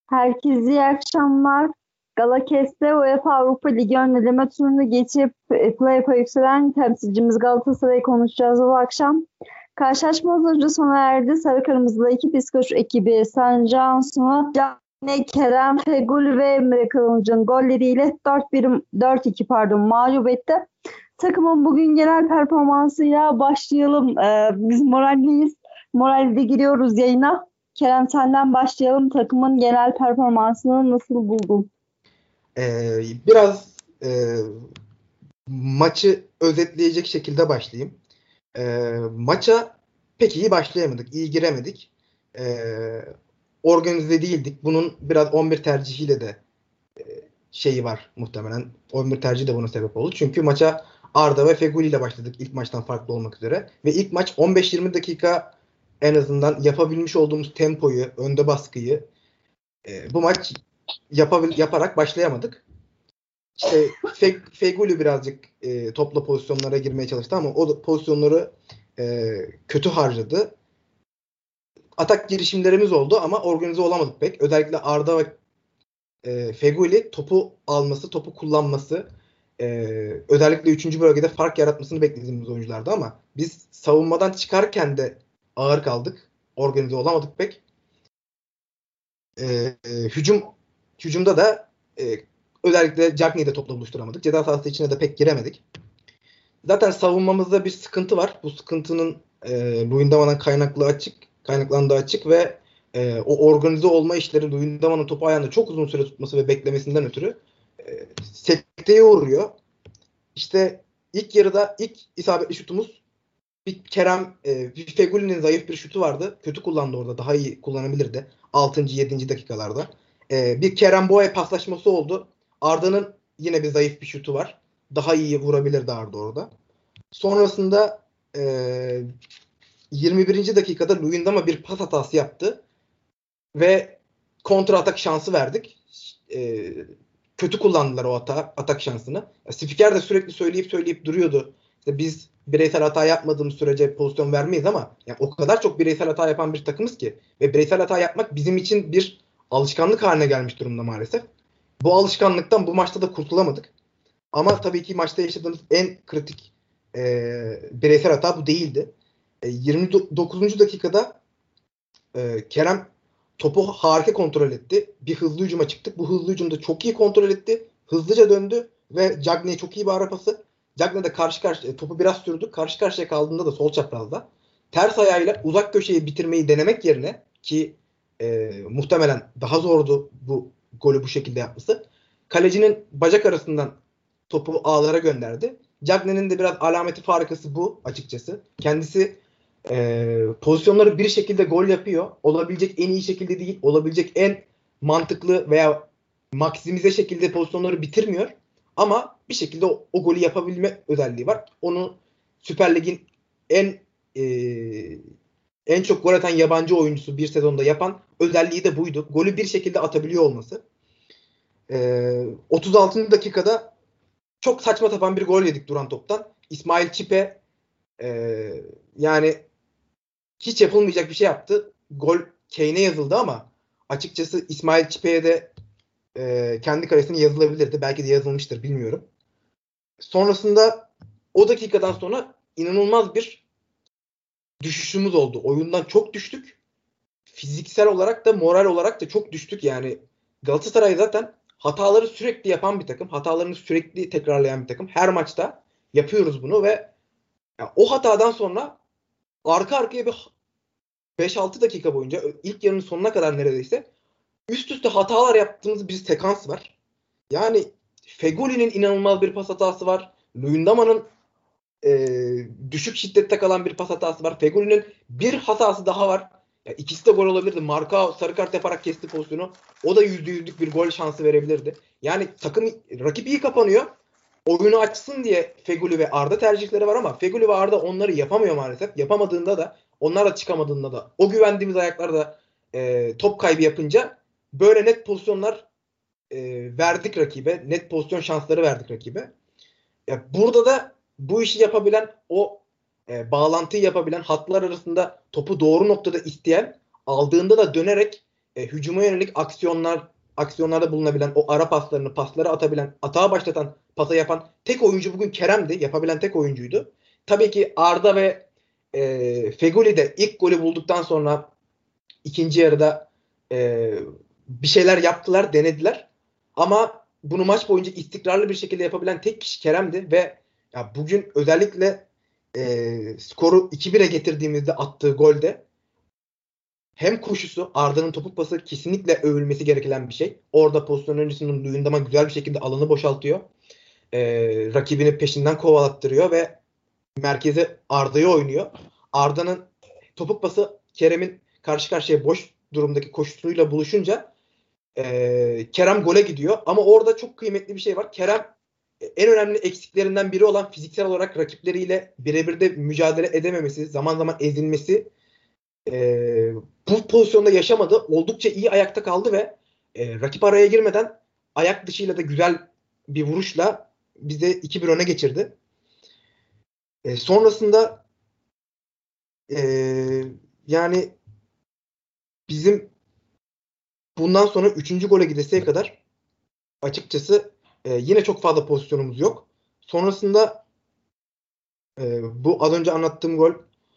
Herkese iyi akşamlar. Galakes'te UEFA Avrupa Ligi ön eleme turunu geçip play-off'a yükselen temsilcimiz Galatasaray'ı konuşacağız bu akşam. Karşılaşma az önce sona erdi. Sarı Kırmızılı ekip İskoç ekibi San Johnson'u Cagne, Kerem, Fegül ve Emre Kılınç'ın golleriyle 4-2 mağlup etti. Takımın bugün genel performansıyla başlayalım. Biz moralliyiz. Moralde giriyoruz yayına. Kerem senden başlayalım. Takımın genel performansını nasıl buldun? Biraz maçı özetleyecek şekilde başlayayım. Maça pek iyi başlayamadık. İyi giremedik. Organize değildik. Bunun biraz 11 tercihiyle de şeyi var muhtemelen. 11 tercihi de buna sebep oldu. Çünkü maça Arda ve Feguli ile başladık ilk maçtan farklı olmak üzere. Ve ilk maç 15-20 dakika en azından yapabilmiş olduğumuz tempoyu, önde baskıyı bu maç yaparak başlayamadık. İşte Feguli birazcık topla pozisyonlara girmeye çalıştı ama o pozisyonları kötü harcadı. Atak girişimlerimiz oldu ama organize olamadık pek. Özellikle Arda ve Feguli topu alması, topu kullanması, özellikle 3. bölgede fark yaratmasını beklediğimiz oyunculardı ama biz savunmadan çıkarken de ağır kaldık. Organize olamadık pek. Hücumda da özellikle Cagney'i de topla buluşturamadık. Ceza sahası içine de pek giremedik. Zaten savunmamızda bir sıkıntı var. Bu sıkıntının Luyendama'dan kaynaklandığı açık ve o organize olma işleri Luyendama'nın topu ayağında çok uzun süre tutması ve beklemesinden ötürü sekteye uğruyor. İşte ilk yarıda ilk isabetli şutumuz bir Kerem Feguli'nin zayıf bir şutu vardı. Kötü kullandı orada. Daha iyi kullanabilirdi. 6. 7. dakikalarda. Bir Kerem Boye paslaşması oldu. Arda'nın yine bir zayıf bir şutu var. Daha iyi vurabilirdi Arda orada. Sonrasında 21. dakikada Luyendama bir pas hatası yaptı. Ve kontra atak şansı verdik. Kötü kullandılar o atak şansını. Spiker de sürekli söyleyip duruyordu. İşte biz bireysel hata yapmadığımız sürece pozisyon vermeyiz ama yani o kadar çok bireysel hata yapan bir takımız ki ve bireysel hata yapmak bizim için bir alışkanlık haline gelmiş durumda maalesef. Bu alışkanlıktan bu maçta da kurtulamadık. Ama tabii ki maçta yaşadığımız en kritik bireysel hata bu değildi. 29. dakikada Kerem topu harika kontrol etti. Bir hızlı hücuma çıktık. Bu hızlı hücumda çok iyi kontrol etti. Hızlıca döndü ve Cagney'e çok iyi bir ara pası. Cagney de topu biraz sürdü. Karşı karşıya kaldığında da sol çaprazda ters ayağıyla uzak köşeyi bitirmeyi denemek yerine ki muhtemelen daha zordu bu golü bu şekilde yapması. Kalecinin bacak arasından topu ağlara gönderdi. Cagney'nin de biraz alameti farikası bu açıkçası. Kendisi pozisyonları bir şekilde gol yapıyor. Olabilecek en iyi şekilde değil, olabilecek en mantıklı veya maksimize şekilde pozisyonları bitirmiyor. Ama bir şekilde o golü yapabilme özelliği var. Onu Süper Lig'in en çok gol atan yabancı oyuncusu bir sezonda yapan özelliği de buydu. Golü bir şekilde atabiliyor olması. 36. dakikada çok saçma sapan bir gol yedik duran toptan. İsmail Çipe yani hiç yapılmayacak bir şey yaptı. Gol Kane'e yazıldı ama açıkçası İsmail Çipe'ye de kendi kalesine yazılabilirdi. Belki de yazılmıştır bilmiyorum. Sonrasında o dakikadan sonra inanılmaz bir düşüşümüz oldu. Oyundan çok düştük. Fiziksel olarak da moral olarak da çok düştük. Yani Galatasaray zaten hataları sürekli yapan bir takım. Hatalarını sürekli tekrarlayan bir takım. Her maçta yapıyoruz bunu ve yani o hatadan sonra arka arkaya bir 5-6 dakika boyunca ilk yarının sonuna kadar neredeyse üst üste hatalar yaptığımız bir sekans var. Yani Feguli'nin inanılmaz bir pas hatası var. Luyendama'nın düşük şiddette kalan bir pas hatası var. Feguli'nin bir hatası daha var. Yani ikisi de gol olabilirdi. Marka sarı kart yaparak kesti pozisyonu. O da %100'lük bir gol şansı verebilirdi. Yani rakip iyi kapanıyor. Oyunu açsın diye Feguli ve Arda tercihleri var ama Feguli ve Arda onları yapamıyor maalesef. Yapamadığında da onlar da çıkamadığında da o güvendiğimiz ayaklarda top kaybı yapınca böyle net pozisyonlar verdik rakibe. Net pozisyon şansları verdik rakibe. Ya burada da bu işi yapabilen o bağlantıyı yapabilen hatlar arasında topu doğru noktada isteyen aldığında da dönerek hücuma yönelik aksiyonlarda bulunabilen, o ara pasları atabilen, atağa başlatan, pasa yapan tek oyuncu bugün Kerem'di. Yapabilen tek oyuncuydu. Tabii ki Arda ve Feguli de ilk golü bulduktan sonra ikinci yarıda bir şeyler yaptılar, denediler. Ama bunu maç boyunca istikrarlı bir şekilde yapabilen tek kişi Kerem'di ve ya bugün özellikle skoru 2-1'e getirdiğimizde attığı golde hem koşusu, Arda'nın topuk pası kesinlikle övülmesi gereken bir şey. Orada pozisyon öncesinde Luyendam'a güzel bir şekilde alanı boşaltıyor. Rakibini peşinden kovalattırıyor ve merkeze Arda'yı oynuyor. Arda'nın topuk pası Kerem'in karşı karşıya boş durumdaki koşusuyla buluşunca Kerem gole gidiyor. Ama orada çok kıymetli bir şey var. Kerem en önemli eksiklerinden biri olan fiziksel olarak rakipleriyle birebir de mücadele edememesi, zaman zaman ezilmesi bu pozisyonda yaşamadı. Oldukça iyi ayakta kaldı ve rakip araya girmeden ayak dışıyla da güzel bir vuruşla bize 2-1 öne geçirdi. Sonrasında yani bizim bundan sonra 3. gole gideseye kadar açıkçası yine çok fazla pozisyonumuz yok. Sonrasında bu az önce anlattığım gol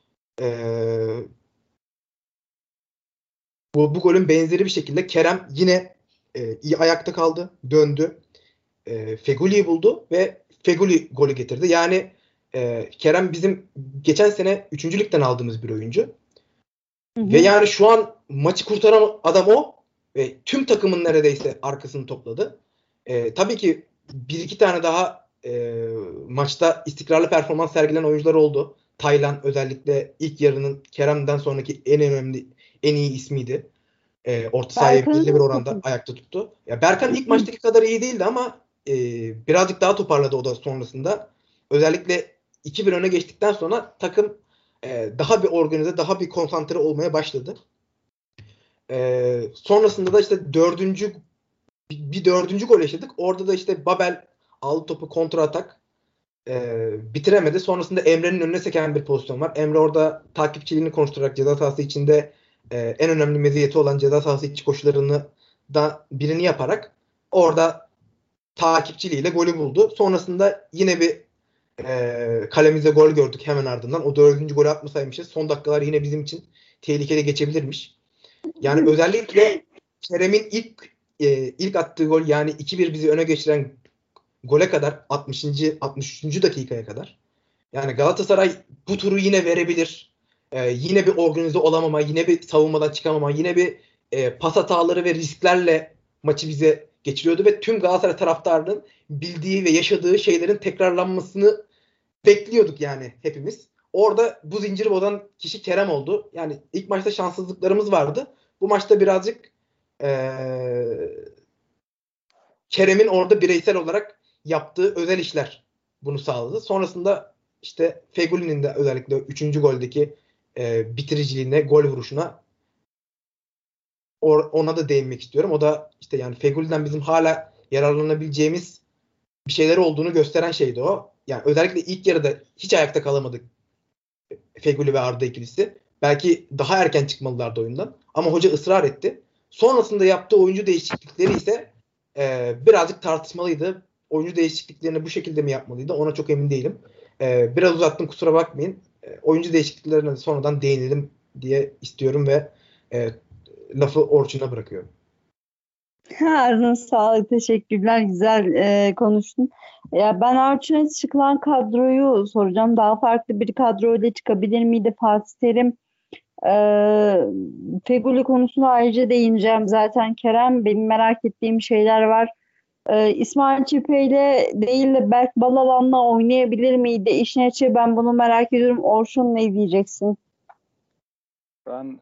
bu golün benzeri bir şekilde Kerem yine iyi ayakta kaldı. Döndü. Feguli'yi buldu ve Feguli golü getirdi. Yani Kerem bizim geçen sene 3. ligden aldığımız bir oyuncu. Hı hı. Ve yani şu an maçı kurtaran adam o. Ve tüm takımın neredeyse arkasını topladı. Tabii ki bir iki tane daha maçta istikrarlı performans sergilen oyuncular oldu. Taylan özellikle ilk yarının Kerem'den sonraki en önemli, en iyi ismiydi. Orta sahayı belli bir oranda ayakta tuttu. Ya Berkan ilk maçtaki kadar iyi değildi ama birazcık daha toparladı o da sonrasında. Özellikle 2-1 öne geçtikten sonra takım daha bir organize, daha bir konsantre olmaya başladı. Sonrasında da işte dördüncü gol yaşadık. Orada da işte Babel aldı topu kontra atak bitiremedi. Sonrasında Emre'nin önüne seken bir pozisyon var. Emre orada takipçiliğini konuşturarak ceza sahası içinde en önemli meziyeti olan ceza sahası içi koşularını da birini yaparak orada takipçiliğiyle golü buldu. Sonrasında yine bir kalemize gol gördük hemen ardından. O 4. golü atmasaymışız son dakikalar yine bizim için tehlikeli geçebilirmiş. Yani özellikle Kerem'in ilk attığı gol yani 2-1 bizi öne geçiren gole kadar 63. dakikaya kadar. Yani Galatasaray bu turu yine verebilir. Yine bir organize olamama, yine bir savunmadan çıkamama, yine bir pas hataları ve risklerle maçı bize geçiriyordu ve tüm Galatasaray taraftarının bildiği ve yaşadığı şeylerin tekrarlanmasını bekliyorduk yani hepimiz. Orada bu zinciri bozan kişi Kerem oldu. Yani ilk maçta şanssızlıklarımız vardı. Bu maçta birazcık Kerem'in orada bireysel olarak yaptığı özel işler bunu sağladı. Sonrasında işte Feguli'nin de özellikle 3. goldeki bitiriciliğine, gol vuruşuna ona da değinmek istiyorum. O da işte yani Feguli'den bizim hala yararlanabileceğimiz bir şeyler olduğunu gösteren şeydi o. Yani özellikle ilk yarıda hiç ayakta kalamadık Feguli ve Arda ikilisi. Belki daha erken çıkmalılardı oyundan. Ama hoca ısrar etti. Sonrasında yaptığı oyuncu değişiklikleri ise birazcık tartışmalıydı. Oyuncu değişikliklerini bu şekilde mi yapmalıydı? Ona çok emin değilim. Biraz uzattım kusura bakmayın. Oyuncu değişikliklerine sonradan değinelim diye istiyorum ve lafı Orçun'a bırakıyorum. Ağzına sağlık. Teşekkürler. Güzel konuştun. Ya ben Orçun'a çıkılan kadroyu soracağım. Daha farklı bir kadroyla çıkabilir miydi Fatih Terim? Feguli konusuna ayrıca değineceğim. Zaten Kerem benim merak ettiğim şeyler var. İsmail Çipe ile değil de Berk Balalan'la oynayabilir miydi? İşin açığı ben bunu merak ediyorum. Orçun ne diyeceksin? Ben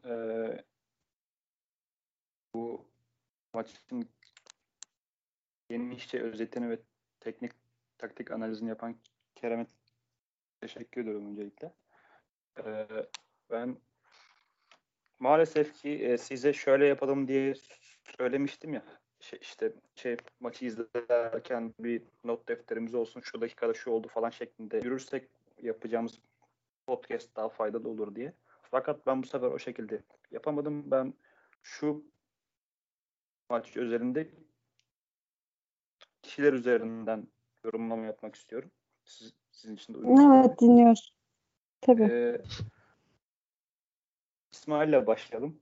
bu maçın genişçe özetini ve taktik analizini yapan Kerem'e teşekkür ediyorum öncelikle. Ben maalesef ki size şöyle yapalım diye söylemiştim ya. Maçı izlerken bir not defterimiz olsun, şu dakikada şu oldu falan şeklinde yürürsek yapacağımız podcast daha faydalı olur diye. Fakat ben bu sefer o şekilde yapamadım. Ben şu maç üzerinde kişiler üzerinden yorumlama yapmak istiyorum. Sizin için de uygun. Evet, dinliyoruz. Tabii. İsmail'le başlayalım.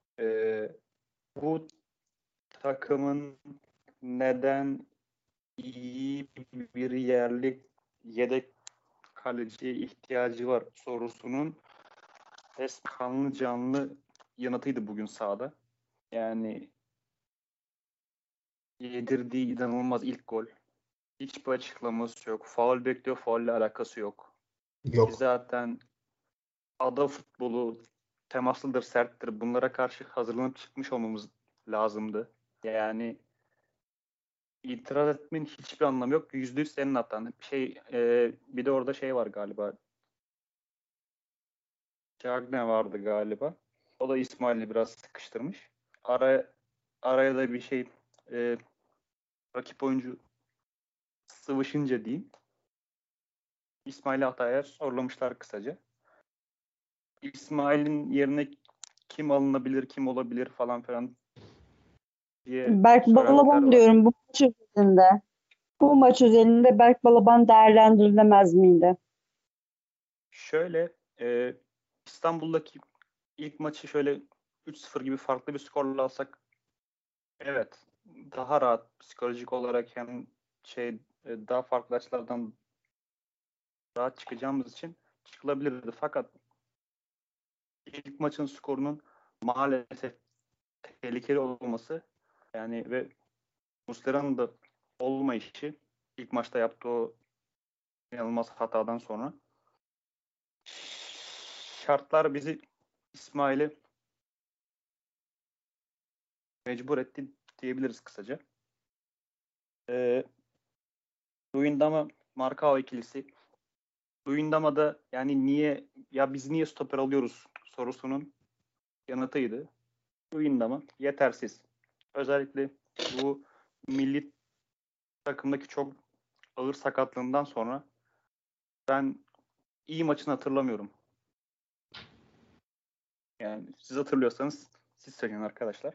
Bu takımın neden iyi bir yerli yedek kaleciye ihtiyacı var sorusunun kanlı canlı yanıtıydı bugün sahada. Yani yedirdiği inanılmaz ilk gol. Hiçbir açıklaması yok. Faul bekliyor, faulle alakası yok. Yok. Zaten ada futbolu temaslıdır, serttir. Bunlara karşı hazırlanıp çıkmış olmamız lazımdı. Yani itiraz etmenin hiçbir anlamı yok. %100 senin hatan. Bir de orada şey var galiba. Cagne vardı galiba. O da İsmail'i biraz sıkıştırmış. Araya da bir rakip oyuncu sıvışınca diyeyim. İsmail'i hataya zorlamışlar kısaca. İsmail'in yerine kim alınabilir, kim olabilir falan filan diye Berk söylentiler Balaban var. diyorum bu maç üzerinde. Bu maç üzerinde Berk Balaban değerlendirilemez miydi? Şöyle İstanbul'daki ilk maçı şöyle 3-0 gibi farklı bir skorla alsak evet daha rahat psikolojik olarak hem daha farklı açılardan rahat çıkacağımız için çıkılabilirdi. Fakat ilk maçın skorunun maalesef tehlikeli olması yani ve Muslera'nın da olmayışı ilk maçta yaptığı o inanılmaz hatadan sonra şartlar bizi İsmail'i mecbur etti diyebiliriz kısaca. Luyendama Marcao ikilisi. Luyendama'da yani biz niye stoper alıyoruz sorusunun yanıtıydı. Luyendama yetersiz. Özellikle bu milli takımdaki çok ağır sakatlığından sonra ben iyi maçını hatırlamıyorum. Yani siz hatırlıyorsanız siz söyleyin arkadaşlar.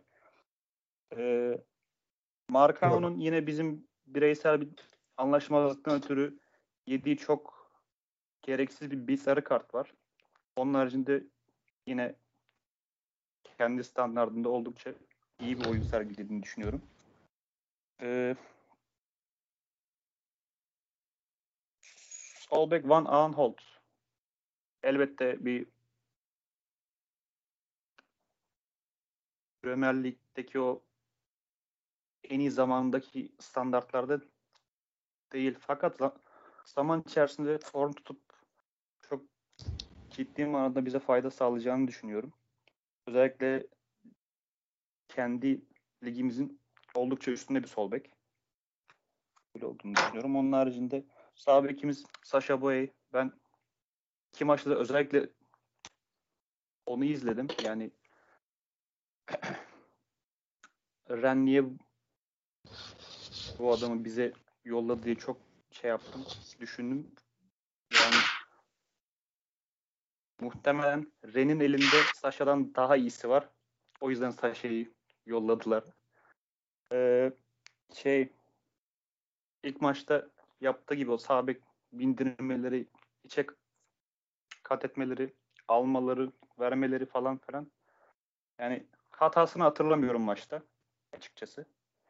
Marcao'nun yine bizim bireysel bir anlaşmazlıktan ötürü yediği çok gereksiz bir sarı kart var. Onun haricinde yine kendi standartında oldukça iyi bir oyun sergilediğini düşünüyorum. Solbek Van Aanholt elbette bir Premier Lig'deki o en iyi zamandaki standartlarda değil. Fakat zaman içerisinde form tutup çok ciddi manada bize fayda sağlayacağını düşünüyorum. Özellikle kendi ligimizin oldukça üstünde bir sol bek. Böyle olduğunu düşünüyorum. Onun haricinde sağ bekimiz Sacha Boey. Ben 2 maçta da özellikle onu izledim. Yani Ren niye bu adamı bize yolladı diye çok yaptım. Düşündüm. Yani muhtemelen Ren'in elinde Sacha'dan daha iyisi var. O yüzden Sacha'yı yolladılar. İlk maçta yaptığı gibi o sağ bek bindirmeleri, içe kat etmeleri, almaları, vermeleri falan filan. Yani hatasını hatırlamıyorum maçta açıkçası.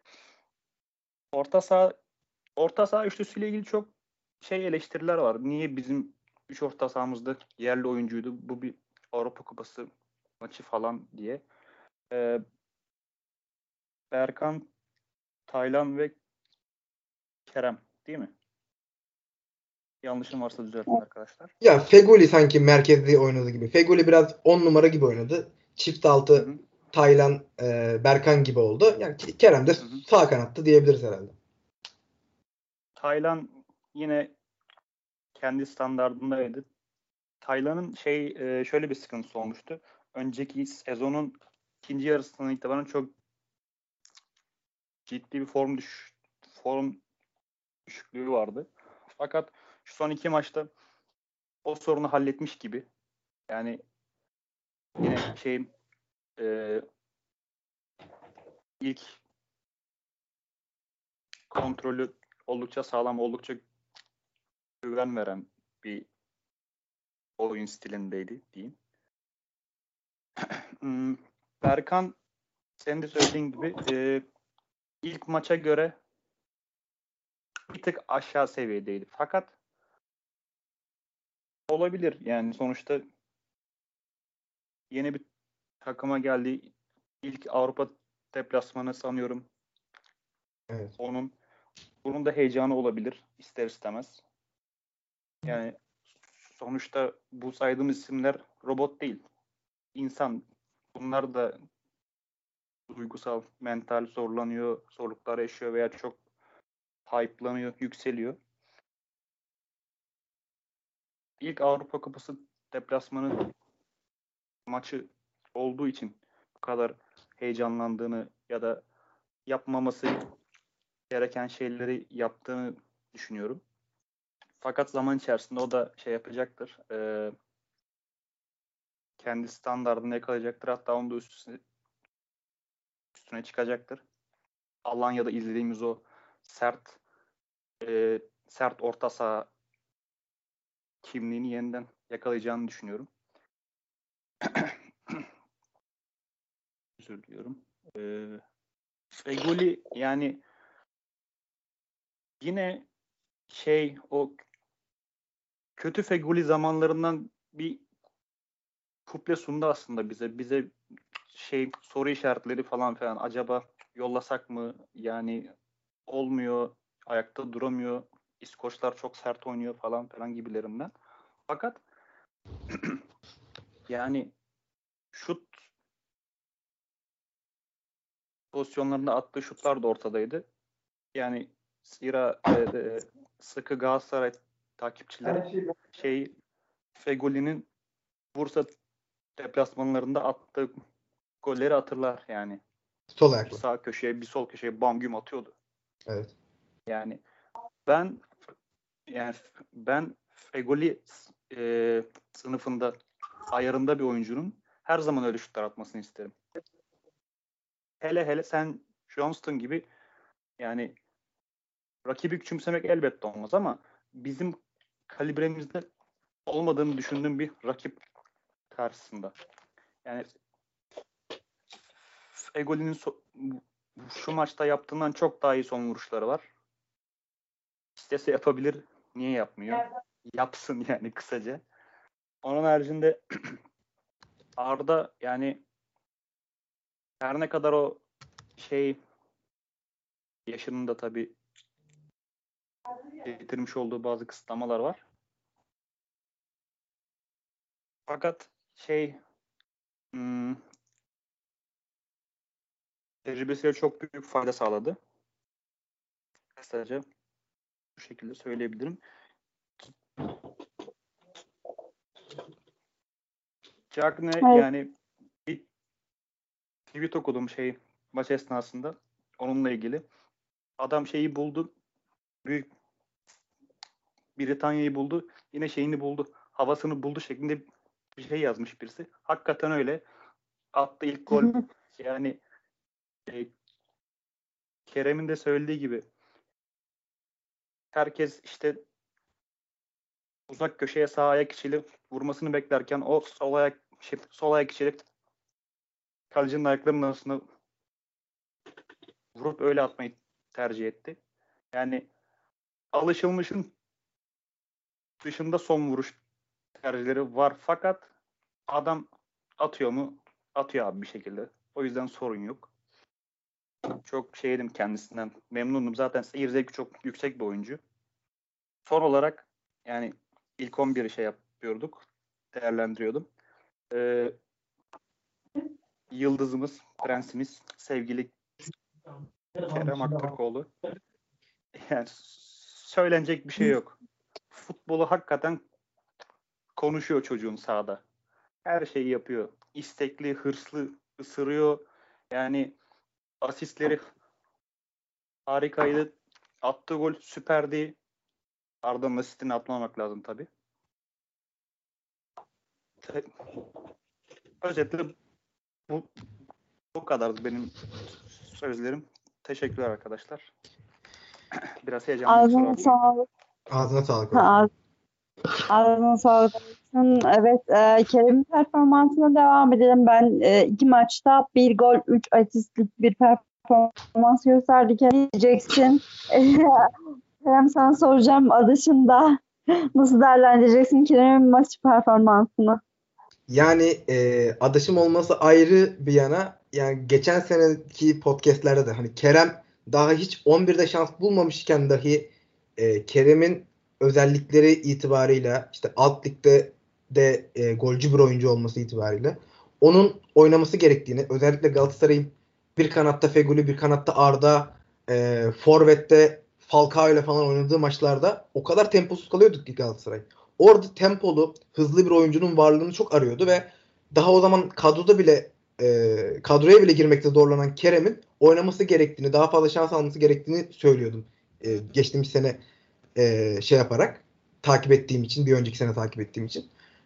Orta saha üçlüsüyle ilgili çok eleştiriler var. Niye bizim 3 orta sahamızda yerli oyuncuydu? Bu bir Avrupa Kupası maçı falan diye. Berkan, Taylan ve Kerem değil mi? Yanlışım varsa düzeltin arkadaşlar. Ya Fegoli sanki merkezde oynadı gibi. Fegoli biraz 10 numara gibi oynadı. Çift altı Taylan, Berkan gibi oldu. Yani Kerem de sağ kanattı diyebiliriz herhalde. Taylan yine kendi standardındaydı. Taylan'ın şöyle bir sıkıntısı olmuştu. Önceki sezonun ikinci yarısından itibaren çok ciddi bir form düşüklüğü vardı. Fakat şu son 2 maçta o sorunu halletmiş gibi. Yani yine ilk kontrolü oldukça sağlam, oldukça güven veren bir oyun stilindeydi diyeyim. Berkan, senin de söylediğin gibi ilk maça göre bir tık aşağı seviyedeydi. Fakat olabilir. Yani sonuçta yeni bir takıma geldi. İlk Avrupa deplasmanı sanıyorum. Evet. Bunun da heyecanı olabilir ister istemez. Yani sonuçta bu saydığım isimler robot değil. İnsan. Bunlar da duygusal, mental zorluklar yaşıyor veya çok hype'lanıyor, yükseliyor. İlk Avrupa Kupası deplasmanı maçı olduğu için bu kadar heyecanlandığını ya da yapmaması gereken şeyleri yaptığını düşünüyorum. Fakat zaman içerisinde o da şey yapacaktır. Kendi standardını yakalayacaktır. Hatta onun da üstüne çıkacaktır. Alanya'da izlediğimiz o sert orta saha kimliğini yeniden yakalayacağını düşünüyorum. Özür diliyorum. Fegoli yani yine o kötü Fegoli zamanlarından bir kuple sundu aslında bize. Bize soru işaretleri falan filan. Acaba yollasak mı? Yani olmuyor. Ayakta duramıyor. İskoçlar çok sert oynuyor falan filan gibilerinden. Fakat yani şut pozisyonlarında attığı şutlar da ortadaydı. Yani zira sıkı Galatasaray takipçileri Fegoli'nin Bursa deplasmanlarında attığı golleri hatırlar yani. Sol Bir ayaklı. sağ köşeye bir sol köşeye bam güm atıyordu. Evet. Yani ben Fegoli sınıfında ayarında bir oyuncunun her zaman öyle şutlar atmasını isterim. Hele sen Johnston gibi yani rakibi küçümsemek elbette olmaz ama bizim kalibremizde olmadığını düşündüğüm bir rakip karşısında. Yani Fegoli'nin şu maçta yaptığından çok daha iyi son vuruşları var. İstese yapabilir. Niye yapmıyor? Yapsın yani kısaca. Onun haricinde Arda yani her ne kadar o yaşının da tabii getirmiş olduğu bazı kısıtlamalar var. Fakat tecrübesiyle çok büyük fayda sağladı. Kısaca bu şekilde söyleyebilirim. Cagney Evet. yani bir tweet okudum maç esnasında onunla ilgili. Adam buldu. Büyük Britanya'yı buldu. Yine buldu. Havasını buldu şeklinde bir şey yazmış birisi. Hakikaten öyle. Attı ilk gol. Yani Kerem'in de söylediği gibi herkes uzak köşeye sağ ayak içiyle vurmasını beklerken o sol ayak içiyle kalecinin ayaklarının arasına vurup öyle atmayı tercih etti. Yani alışılmışın dışında son vuruş tercihleri var fakat adam atıyor mu? Atıyor abi bir şekilde. O yüzden sorun yok. Çok kendisinden memnunum. Zaten seyir zevki çok yüksek bir oyuncu. Son olarak yani ilk 11'i yapıyorduk. Değerlendiriyordum. Yıldızımız, prensimiz, sevgili Kerem Aktürkoğlu. Yani söylenecek bir şey yok. Futbolu hakikaten konuşuyor çocuğun sahada. Her şeyi yapıyor. İstekli, hırslı, ısırıyor. Yani asistleri harikaydı. Attığı gol süperdi. Arda'nın asistini atmamak lazım tabii. Özetle bu kadardı benim sözlerim. Teşekkürler arkadaşlar. Biraz heyecanlıyım. Ağzına sağlık. Ağzına sağlık. Ağzına sağlık. Evet, Kerem'in performansına devam edelim. Ben 2 maçta 1 gol, 3 asistlik bir performans gösterdi. Kerem diyeceksin. Kerem, sana soracağım. Adışında nasıl değerlendireceksin Kerem'in maç performansını? Yani adaşım olması ayrı bir yana, yani geçen seneki podcastlerde de hani Kerem daha hiç 11'de şans bulmamışken dahi Kerem'in özellikleri itibarıyla, işte alt ligde de golcü bir oyuncu olması itibariyle onun oynaması gerektiğini, özellikle Galatasaray'ın bir kanatta Feguli, bir kanatta Arda, forvette Falcao ile falan oynadığı maçlarda o kadar temposuz kalıyorduk ki Galatasaray. Orada tempolu, hızlı bir oyuncunun varlığını çok arıyordu ve daha o zaman kadroya bile girmekte zorlanan Kerem'in oynaması gerektiğini, daha fazla şans alması gerektiğini söylüyordum. Geçtiğimiz sene takip ettiğim için, bir önceki sene takip ettiğim için.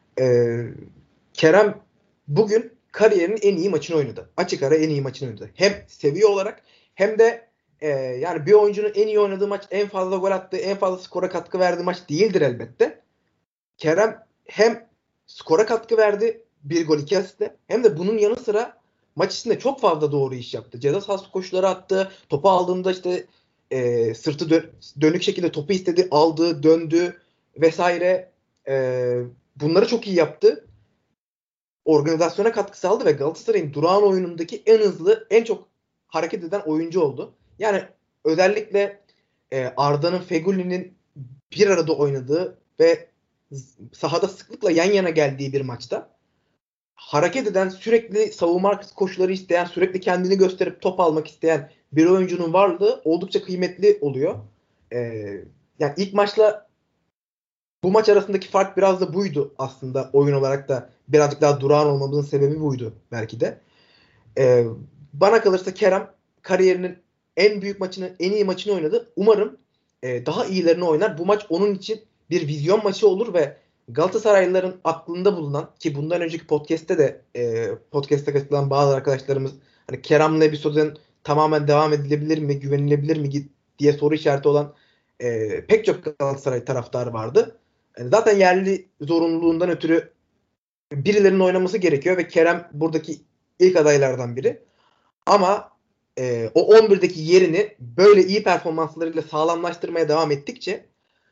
Kerem bugün kariyerinin en iyi maçını oynadı. Açık ara en iyi maçını oynadı. Hem seviye olarak hem de yani bir oyuncunun en iyi oynadığı maç, en fazla gol attığı, en fazla skora katkı verdiği maç değildir elbette. Kerem hem skora katkı verdi, 1 gol 2 asistle, hem de bunun yanı sıra maç içinde çok fazla doğru iş yaptı. Ceza sahası koşuları attı. Topu aldığında işte sırtı dönük şekilde topu istedi, aldı, döndü vesaire. Bunları çok iyi yaptı. Organizasyona katkı sağladı ve Galatasaray'ın durağan oyunundaki en hızlı, en çok hareket eden oyuncu oldu. Yani özellikle Arda'nın, Fegüli'nin bir arada oynadığı ve sahada sıklıkla yan yana geldiği bir maçta hareket eden, sürekli savunma koşuları isteyen, sürekli kendini gösterip top almak isteyen bir oyuncunun varlığı oldukça kıymetli oluyor. Yani ilk maçla bu maç arasındaki fark biraz da buydu aslında. Oyun olarak da birazcık daha durağan olmamızın sebebi buydu belki de. Bana kalırsa Kerem kariyerinin en büyük maçını, en iyi maçını oynadı. Umarım daha iyilerini oynar. Bu maç onun için bir vizyon maçı olur ve Galatasaraylıların aklında bulunan, ki bundan önceki podcast'te de podcast'te katılan bazı arkadaşlarımız hani Kerem'le bir sözün tamamen devam edilebilir mi, güvenilebilir mi diye soru işareti olan pek çok Galatasaray taraftarı vardı. Zaten yerli zorunluluğundan ötürü birilerinin oynaması gerekiyor ve Kerem buradaki ilk adaylardan biri. Ama o 11'deki yerini böyle iyi performanslarıyla sağlamlaştırmaya devam ettikçe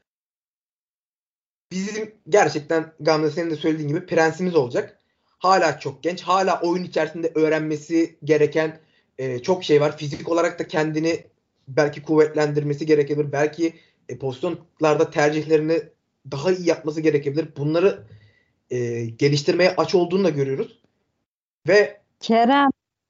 bizim gerçekten Gamze senin de söylediğin gibi prensimiz olacak. Hala çok genç. Hala oyun içerisinde öğrenmesi gereken çok şey var. Fizik olarak da kendini belki kuvvetlendirmesi gerekebilir. Belki pozisyonlarda tercihlerini daha iyi yapması gerekebilir. Bunları geliştirmeye aç olduğunu da görüyoruz. Ve Kerem,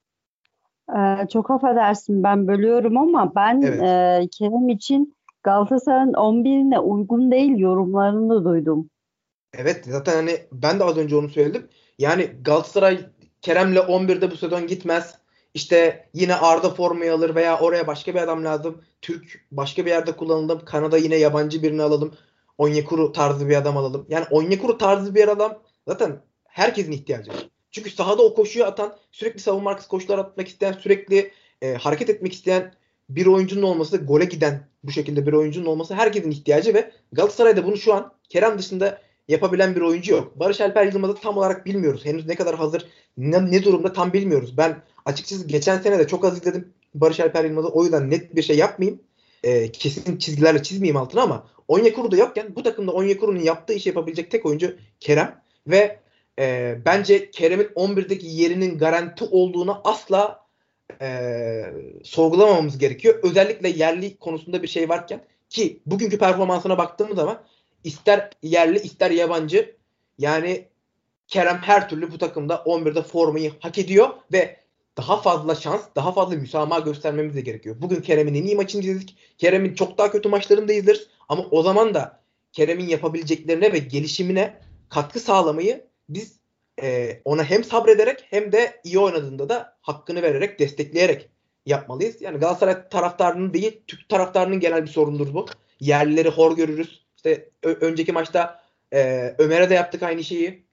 çok affedersin, ben bölüyorum ama ben evet. Kerem için Galatasaray'ın 11'ine uygun değil yorumlarını duydum. Evet, zaten hani ben de az önce onu söyledim. Yani Galatasaray Kerem'le 11'de bu sezon gitmez. İşte yine Arda formayı alır veya oraya başka bir adam lazım. Türk başka bir yerde kullanalım. Kanada yine yabancı birini alalım. Onyekuru tarzı bir adam alalım. Yani Onyekuru tarzı bir adam zaten herkesin ihtiyacı var. Çünkü sahada o koşuyu atan, sürekli savunma arkası koşular atmak isteyen, sürekli hareket etmek isteyen bir oyuncunun olması, gole giden bu şekilde bir oyuncunun olması herkesin ihtiyacı ve Galatasaray'da bunu şu an Kerem dışında yapabilen bir oyuncu yok. Barış Alper Yılmaz'ı tam olarak bilmiyoruz. Henüz ne kadar hazır, ne durumda tam bilmiyoruz. Ben açıkçası geçen sene de çok az izledim Barış Alper Yılmaz'ı. O yüzden net bir şey yapmayayım. Kesin çizgilerle çizmeyeyim altına ama Onyekuru da yokken bu takımda Onyekuru'nun yaptığı işi yapabilecek tek oyuncu Kerem ve bence Kerem'in 11'deki yerinin garanti olduğunu asla sorgulamamamız gerekiyor. Özellikle yerli konusunda bir şey varken, ki bugünkü performansına baktığımız zaman ister yerli ister yabancı, yani Kerem her türlü bu takımda 11'de formayı hak ediyor ve daha fazla şans, daha fazla müsamaha göstermemiz de gerekiyor. Bugün Kerem'in en iyi maçını izledik. Kerem'in çok daha kötü maçlarını da izleriz. Ama o zaman da Kerem'in yapabileceklerine ve gelişimine katkı sağlamayı biz ona hem sabrederek hem de iyi oynadığında da hakkını vererek, destekleyerek yapmalıyız. Yani Galatasaray taraftarının değil, Türk taraftarının genel bir sorunudur bu. Yerlileri hor görürüz. İşte önceki maçta Ömer'e de yaptık aynı şeyi.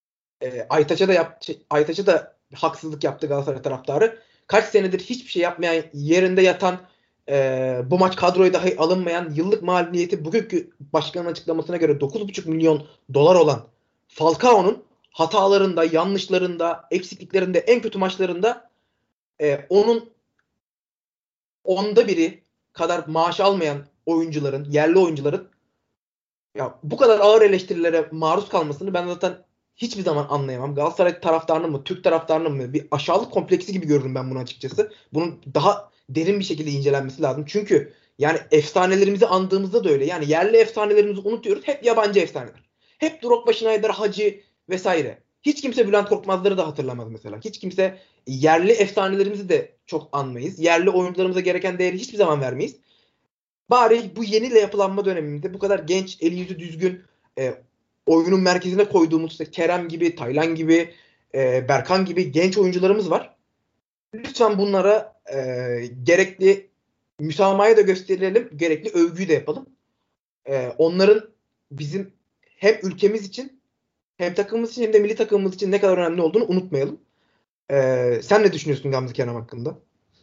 Aytaç'a da haksızlık yaptı Galatasaray taraftarı. Kaç senedir hiçbir şey yapmayan, yerinde yatan Bu maç kadroya dahi alınmayan, yıllık maliyeti bugünkü başkanın açıklamasına göre 9,5 milyon dolar olan Falcao'nun hatalarında, yanlışlarında, eksikliklerinde, en kötü maçlarında onun onda biri kadar maaş almayan oyuncuların, yerli oyuncuların ya bu kadar ağır eleştirilere maruz kalmasını ben zaten hiçbir zaman anlayamam. Galatasaray taraftarının mı, Türk taraftarının mı bir aşağılık kompleksi gibi görürüm ben bunu açıkçası. Bunun daha derin bir şekilde incelenmesi lazım. Çünkü yani efsanelerimizi andığımızda da öyle. Yani yerli efsanelerimizi unutuyoruz. Hep yabancı efsaneler. Hep Drogba, Schneider, Hacı vesaire. Hiç kimse Bülent Korkmazları da hatırlamaz mesela. Hiç kimse yerli efsanelerimizi de çok anmayız. Yerli oyuncularımıza gereken değeri hiçbir zaman vermeyiz. Bari bu yeni yapılanma döneminde bu kadar genç, eli yüzü düzgün oyunun merkezine koyduğumuz işte Kerem gibi, Taylan gibi, Berkan gibi genç oyuncularımız var. Lütfen bunlara gerekli müsamahayı da gösterelim, gerekli övgüyü de yapalım. Onların bizim hem ülkemiz için hem takımımız için hem de milli takımımız için ne kadar önemli olduğunu unutmayalım. Sen ne düşünüyorsun Gamze Kerem hakkında?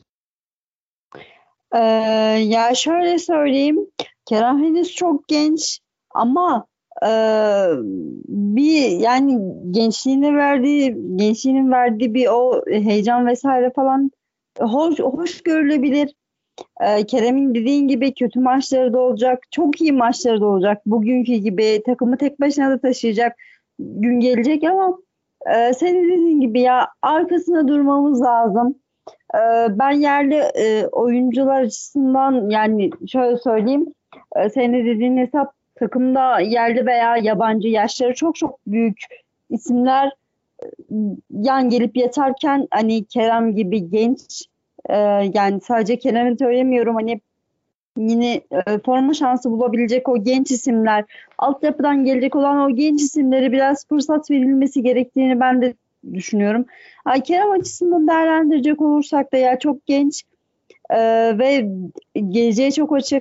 Ee, Ya şöyle söyleyeyim. Kerem henüz çok genç ama e, bir yani gençliğinin verdiği bir o heyecan vesaire falan hoş görülebilir. Kerem'in dediğin gibi kötü maçları da olacak, çok iyi maçları da olacak. Bugünkü gibi takımı tek başına da taşıyacak gün gelecek ama senin dediğin gibi ya arkasına durmamız lazım. Ben yerli oyuncular açısından yani şöyle söyleyeyim. Senin de dediğin hesap takımda yerli veya yabancı yaşları çok çok büyük isimler yan gelip yatarken hani Kerem gibi genç yani sadece Kerem'i söylemiyorum hani yine forma şansı bulabilecek o genç isimler, altyapıdan gelecek olan o genç isimlere biraz fırsat verilmesi gerektiğini ben de düşünüyorum. Ay, Kerem açısından değerlendirecek olursak da ya çok genç ve geleceğe çok açık.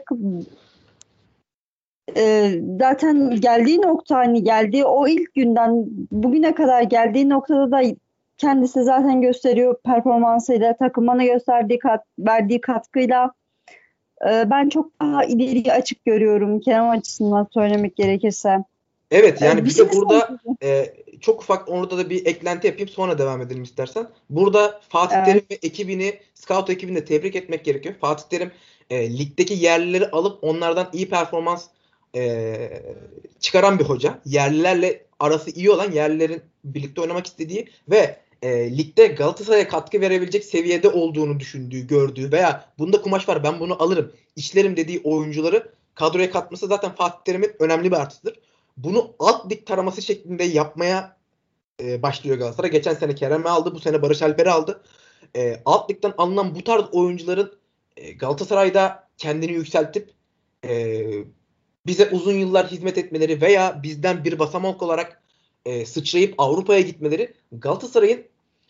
Zaten geldiği nokta hani geldiği o ilk günden bugüne kadar geldiği noktada da kendisi zaten gösteriyor performansıyla, takımına gösterdiği verdiği katkıyla. Ben çok daha ileriye açık görüyorum Kerem açısından söylemek gerekirse. Evet yani Bir bir şey de burada soracağım. çok ufak orada da bir eklenti yapayım sonra devam edelim istersen. Burada Fatih Evet. Terim ve ekibini, scout ekibini de tebrik etmek gerekiyor. Fatih Terim ligdeki yerlileri alıp onlardan iyi performans çıkaran bir hoca. Yerlilerle arası iyi olan, yerlilerin birlikte oynamak istediği ve ligde Galatasaray'a katkı verebilecek seviyede olduğunu düşündüğü, gördüğü veya bunda kumaş var ben bunu alırım, işlerim dediği oyuncuları kadroya katması zaten Fatih Terim'in önemli bir artısıdır. Bunu alt lig taraması şeklinde yapmaya başlıyor Galatasaray. Geçen sene Kerem'i aldı, bu sene Barış Alper'i aldı. Alt ligden alınan bu tarz oyuncuların Galatasaray'da kendini yükseltip e, bize uzun yıllar hizmet etmeleri veya bizden bir basamak olarak sıçrayıp Avrupa'ya gitmeleri Galatasaray'ın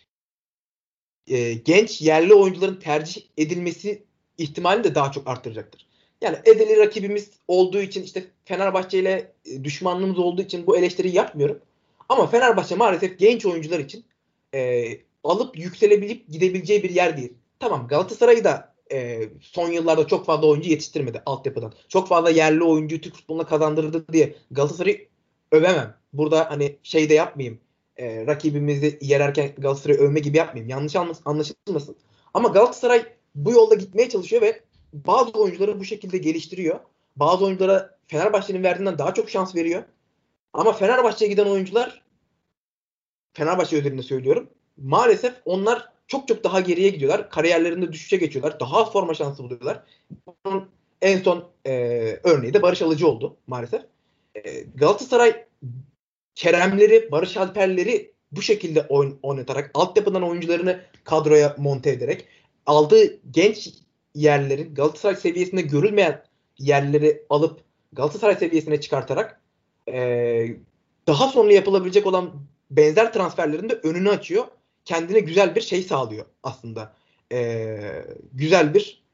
genç yerli oyuncuların tercih edilmesi ihtimalini de daha çok arttıracaktır. Yani ezeli rakibimiz olduğu için işte Fenerbahçe ile düşmanlığımız olduğu için bu eleştiriyi yapmıyorum. Ama Fenerbahçe maalesef genç oyuncular için alıp yükselebilip gidebileceği bir yer değil. Tamam Galatasaray'ı da son yıllarda çok fazla oyuncu yetiştirmedi altyapıdan. Çok fazla yerli oyuncuyu Türk futboluna kazandırdı diye Galatasaray'ı övemem. Burada hani şey de yapmayayım, rakibimizi yererken Galatasaray'ı övme gibi yapmayayım. Yanlış anlaşılmasın. Ama Galatasaray bu yolda gitmeye çalışıyor ve bazı oyuncuları bu şekilde geliştiriyor. Bazı oyunculara Fenerbahçe'nin verdiğinden daha çok şans veriyor. Ama Fenerbahçe'ye giden oyuncular, Fenerbahçe özelinde söylüyorum, maalesef onlar çok çok daha geriye gidiyorlar. Kariyerlerinde düşüşe geçiyorlar. Daha az forma şansı buluyorlar. Bunun en son örneği de Barış Alıcı oldu maalesef. Galatasaray Kerem'leri, Barış Alper'leri bu şekilde oynatarak, altyapıdan oyuncularını kadroya monte ederek, aldığı genç yerlerin Galatasaray seviyesinde görülmeyen yerleri alıp Galatasaray seviyesine çıkartarak daha sonra yapılabilecek olan benzer transferlerin de önünü açıyor. Kendine güzel bir şey sağlıyor aslında. Güzel bir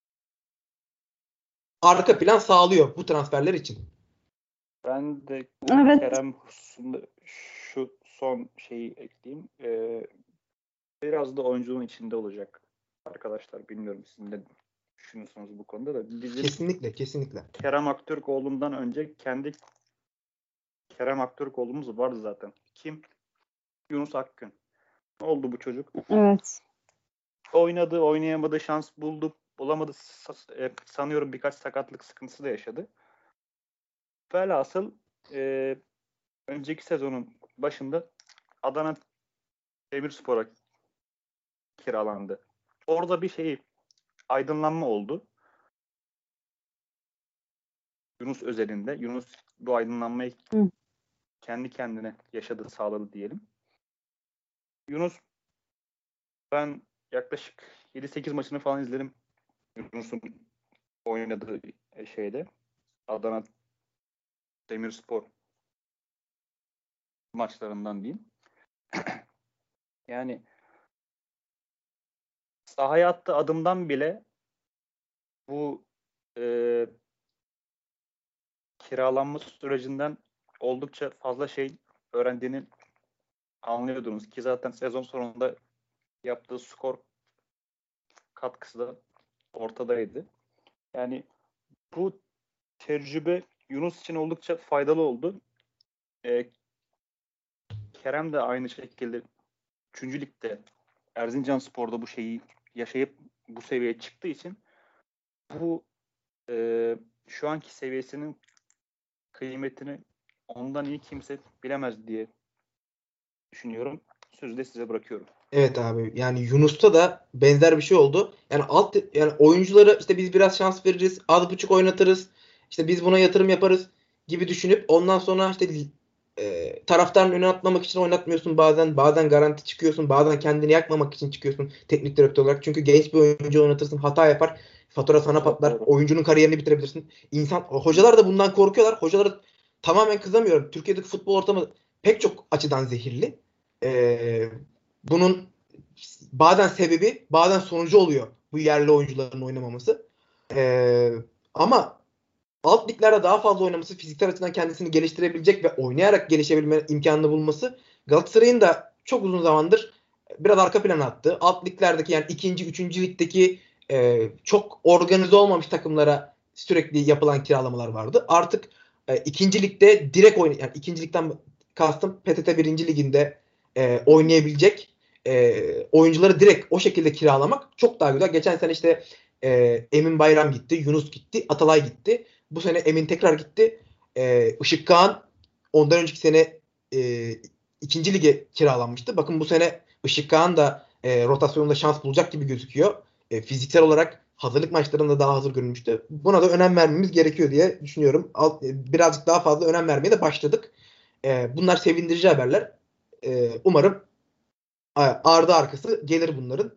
arka plan sağlıyor bu transferler için. Ben de Evet. Kerem hususunda şu son şeyi ekleyeyim. Biraz da oyuncunun içinde olacak arkadaşlar. Bilmiyorum sizin de düşünüyorsunuz bu konuda da? Bizim Kesinlikle. Kerem Aktürkoğlu'ndan önce kendi Kerem Aktürkoğlu'muz vardı zaten. Kim? Yunus Akgün. Ne oldu bu çocuk? Evet. Oynadı, oynayamadı, şans buldu, bulamadı. Sanıyorum birkaç sakatlık sıkıntısı da yaşadı. Velhasıl önceki sezonun başında Adana Demirspor'a kiralandı. Orada bir aydınlanma oldu. Yunus özelinde. Yunus bu aydınlanmayı kendi kendine yaşadı, sağladı diyelim. Yunus, ben yaklaşık 7-8 maçını falan izledim. Yunus'un oynadığı şeyde. Adana Demirspor maçlarından diyeyim. Yani sahaya attığı adımdan bile bu kiralanma sürecinden oldukça fazla şey öğrendiğini anlıyordunuz ki zaten sezon sonunda yaptığı skor katkısı da ortadaydı. Yani bu tecrübe Yunus için oldukça faydalı oldu. Kerem de aynı şekilde 3. Lig'de Erzincanspor'da bu şeyi yaşayıp bu seviyeye çıktığı için bu şu anki seviyesinin kıymetini ondan iyi kimse bilemez diye düşünüyorum. Sözü de size bırakıyorum. Evet abi. Yani Yunus'ta da benzer bir şey oldu. Yani oyuncuları işte biz biraz şans veririz, az buçuk oynatırız. İşte biz buna yatırım yaparız gibi düşünüp ondan sonra işte taraftarın önüne atmamak için oynatmıyorsun bazen. Bazen garanti çıkıyorsun. Bazen kendini yakmamak için çıkıyorsun teknik direktör olarak. Çünkü genç bir oyuncu oynatırsın, hata yapar. Fatura sana patlar. Doğru. Oyuncunun kariyerini bitirebilirsin. Hocalar da bundan korkuyorlar. Hocalara tamamen kızamıyorum. Türkiye'deki futbol ortamı pek çok açıdan zehirli. Bunun bazen sebebi, bazen sonucu oluyor bu yerli oyuncuların oynamaması. Ama alt liglerde daha fazla oynaması, fiziksel açıdan kendisini geliştirebilecek ve oynayarak gelişebilme imkanını bulması Galatasaray'ın da çok uzun zamandır biraz arka plana attı. Alt liglerdeki yani 2. 3. ligdeki çok organize olmamış takımlara sürekli yapılan kiralamalar vardı. Artık 2. ligde direkt yani 2. ligden kastım PTT 1. liginde oynayabilecek oyuncuları direkt o şekilde kiralamak çok daha güzel. Geçen sene işte Emin Bayram gitti, Yunus gitti, Atalay gitti. Bu sene Emin tekrar gitti. Işık Kağan ondan önceki sene 2. lige kiralanmıştı. Bakın bu sene Işık Kağan da rotasyonunda şans bulacak gibi gözüküyor. Fiziksel olarak hazırlık maçlarında daha hazır görünmüştü. Buna da önem vermemiz gerekiyor diye düşünüyorum. Birazcık daha fazla önem vermeye de başladık. Bunlar sevindirici haberler. Umarım ardı arkası gelir bunların.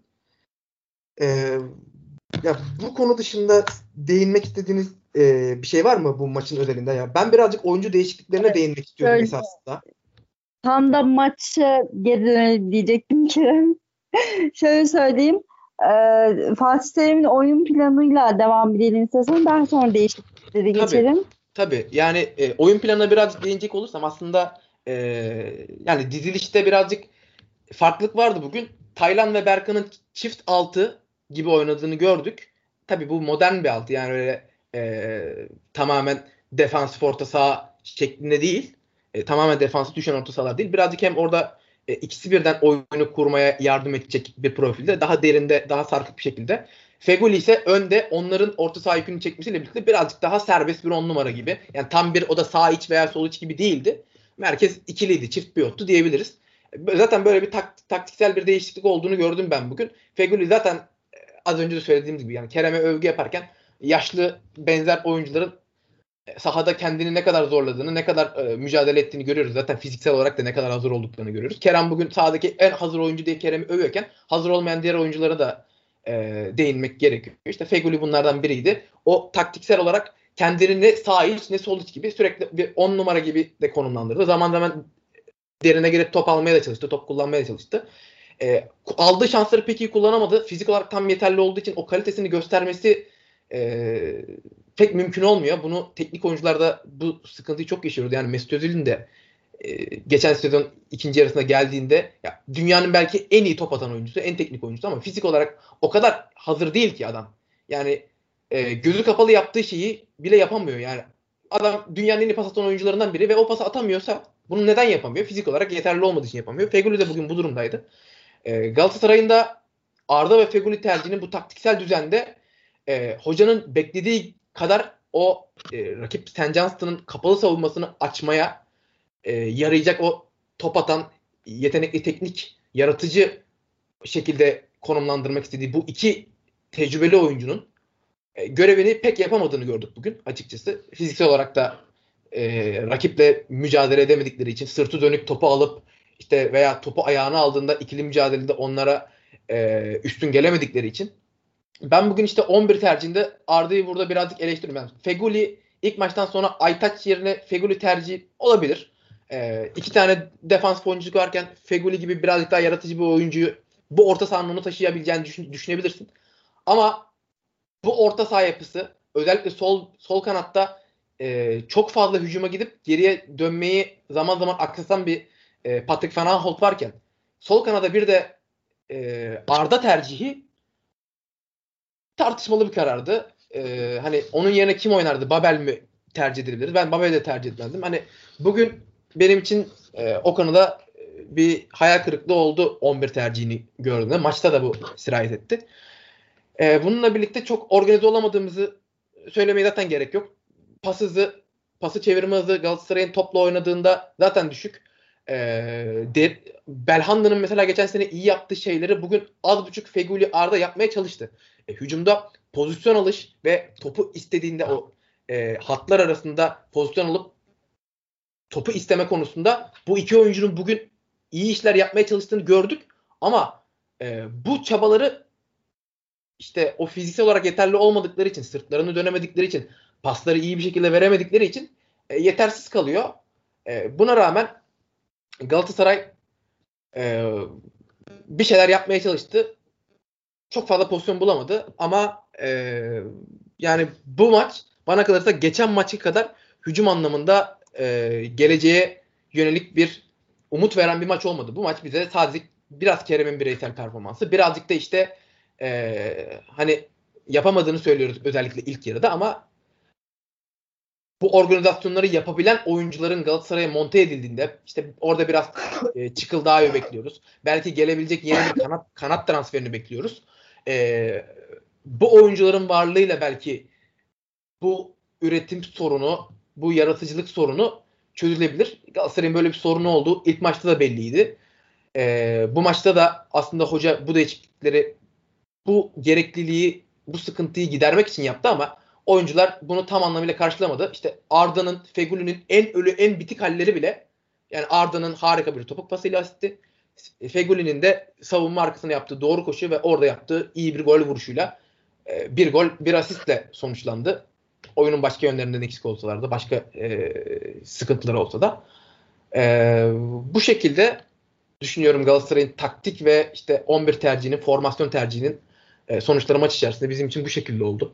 Ya bu konu dışında değinmek istediğiniz bir şey var mı bu maçın özelinde ya? Ben birazcık oyuncu değişikliklerine değinmek istiyorum Öyle. esasında. Tam da maça geri dönelim diyecektim Kerem. Şöyle söyleyeyim. Fatih Terim'in oyun planıyla devam edelim istersen. Daha sonra değişiklikleri geçelim. Tabii. Yani oyun planına birazcık değinecek olursam aslında yani dizilişte birazcık farklılık vardı bugün. Taylan ve Berkan'ın çift altı gibi oynadığını gördük. Tabii bu modern bir altı. Yani öyle tamamen defansif orta saha şeklinde değil. Tamamen defansı düşen orta sahalar değil. Birazcık hem orada ikisi birden oyunu kurmaya yardım edecek bir profilde. Daha derinde, daha sarkık bir şekilde. Feguli ise önde onların orta saha yükünü çekmesiyle birlikte birazcık daha serbest bir 10 numara gibi. Yani tam bir o da sağ iç veya sol iç gibi değildi. Merkez ikiliydi, çift pivottu diyebiliriz. Zaten böyle bir taktiksel bir değişiklik olduğunu gördüm ben bugün. Feguli zaten az önce de söylediğim gibi yani Kerem'e övgü yaparken yaşlı benzer oyuncuların sahada kendini ne kadar zorladığını, ne kadar mücadele ettiğini görüyoruz. Zaten fiziksel olarak da ne kadar hazır olduklarını görüyoruz. Kerem bugün sahadaki en hazır oyuncu diye Kerem'i övüyorken hazır olmayan diğer oyunculara da değinmek gerekiyor. İşte Feguli bunlardan biriydi. O taktiksel olarak kendini ne sağ iç ne sol iç gibi sürekli bir 10 numara gibi de konumlandırdı. Zaman zaman derine girip top almaya da çalıştı. Top kullanmaya da çalıştı. Aldığı şansları pek iyi kullanamadı. Fizik olarak tam yeterli olduğu için o kalitesini göstermesi pek mümkün olmuyor. Bunu teknik oyuncularda bu sıkıntıyı çok yaşıyordu. Yani Mesut Özil'in de geçen sezon ikinci yarısına geldiğinde ya, dünyanın belki en iyi top atan oyuncusu, en teknik oyuncusu ama fizik olarak o kadar hazır değil ki adam. Yani gözü kapalı yaptığı şeyi bile yapamıyor. Yani adam dünyanın en iyi pas atan oyuncularından biri ve o pası atamıyorsa bunu neden yapamıyor? Fizik olarak yeterli olmadığı için yapamıyor. Feguli de bugün bu durumdaydı. Galatasaray'ın da Arda ve Feguli tercihinin bu taktiksel düzende hocanın beklediği kadar o rakip St. Johnston'ın kapalı savunmasını açmaya yarayacak o top atan yetenekli, teknik, yaratıcı şekilde konumlandırmak istediği bu iki tecrübeli oyuncunun görevini pek yapamadığını gördük bugün açıkçası. Fiziksel olarak da rakiple mücadele edemedikleri için sırtı dönük topu alıp işte veya topu ayağına aldığında ikili mücadelede onlara üstün gelemedikleri için ben bugün işte 11 tercihinde Arda'yı burada birazcık eleştiriyorum. Feguli ilk maçtan sonra Aytaç yerine Feguli tercih olabilir. İki tane defans oyuncu varken Feguli gibi birazcık daha yaratıcı bir oyuncuyu bu orta sahanın onu taşıyabileceğini düşünebilirsin. Ama bu orta saha yapısı özellikle sol kanatta çok fazla hücuma gidip geriye dönmeyi zaman zaman aksasan bir Patrick Van Aanholt varken sol kanada bir de Arda tercihi tartışmalı bir karardı. Hani onun yerine kim oynardı? Babel mi tercih edilebilir? Ben Babel'i de tercih etmezdim. Hani bugün benim için o konuda bir hayal kırıklığı oldu 11 tercihini gördüğümde. Maçta da bu sirayet etti. Bununla birlikte çok organize olamadığımızı söylemeye zaten gerek yok. Pası çevirme hızı Galatasaray'ın topla oynadığında zaten düşük. Belhanda'nın mesela geçen sene iyi yaptığı şeyleri bugün az buçuk Feguli Arda yapmaya çalıştı. Hücumda pozisyon alış ve topu istediğinde o hatlar arasında pozisyon alıp topu isteme konusunda bu iki oyuncunun bugün iyi işler yapmaya çalıştığını gördük. Ama bu çabaları işte o fiziksel olarak yeterli olmadıkları için, sırtlarını dönemedikleri için, pasları iyi bir şekilde veremedikleri için yetersiz kalıyor. Buna rağmen Galatasaray bir şeyler yapmaya çalıştı. Çok fazla pozisyon bulamadı ama yani bu maç bana kalırsa geçen maçı kadar hücum anlamında geleceğe yönelik bir umut veren bir maç olmadı. Bu maç bize sadece biraz Kerem'in bireysel performansı, birazcık da işte hani yapamadığını söylüyoruz özellikle ilk yarıda ama bu organizasyonları yapabilen oyuncuların Galatasaray'a monte edildiğinde işte orada biraz Çıkıldağ'ı bekliyoruz. Belki gelebilecek yeni bir kanat transferini bekliyoruz. Bu oyuncuların varlığıyla belki bu üretim sorunu, bu yaratıcılık sorunu çözülebilir. Galatasaray'ın böyle bir sorunu olduğu ilk maçta da belliydi. Bu maçta da aslında hoca bu değişiklikleri, bu gerekliliği, bu sıkıntıyı gidermek için yaptı ama oyuncular bunu tam anlamıyla karşılamadı. İşte Arda'nın, Fegüli'nin en ölü, en bitik halleri bile, yani Arda'nın harika bir topuk pasıyla asisti, Fegüli'nin de savunma arkasına yaptığı doğru koşu ve orada yaptığı iyi bir gol vuruşuyla bir gol, bir asistle sonuçlandı. Oyunun başka yönlerinden eksik olsalar da, başka sıkıntıları olsa da. Bu şekilde düşünüyorum Galatasaray'ın taktik ve işte 11 tercihinin, formasyon tercihinin sonuçları maç içerisinde bizim için bu şekilde oldu.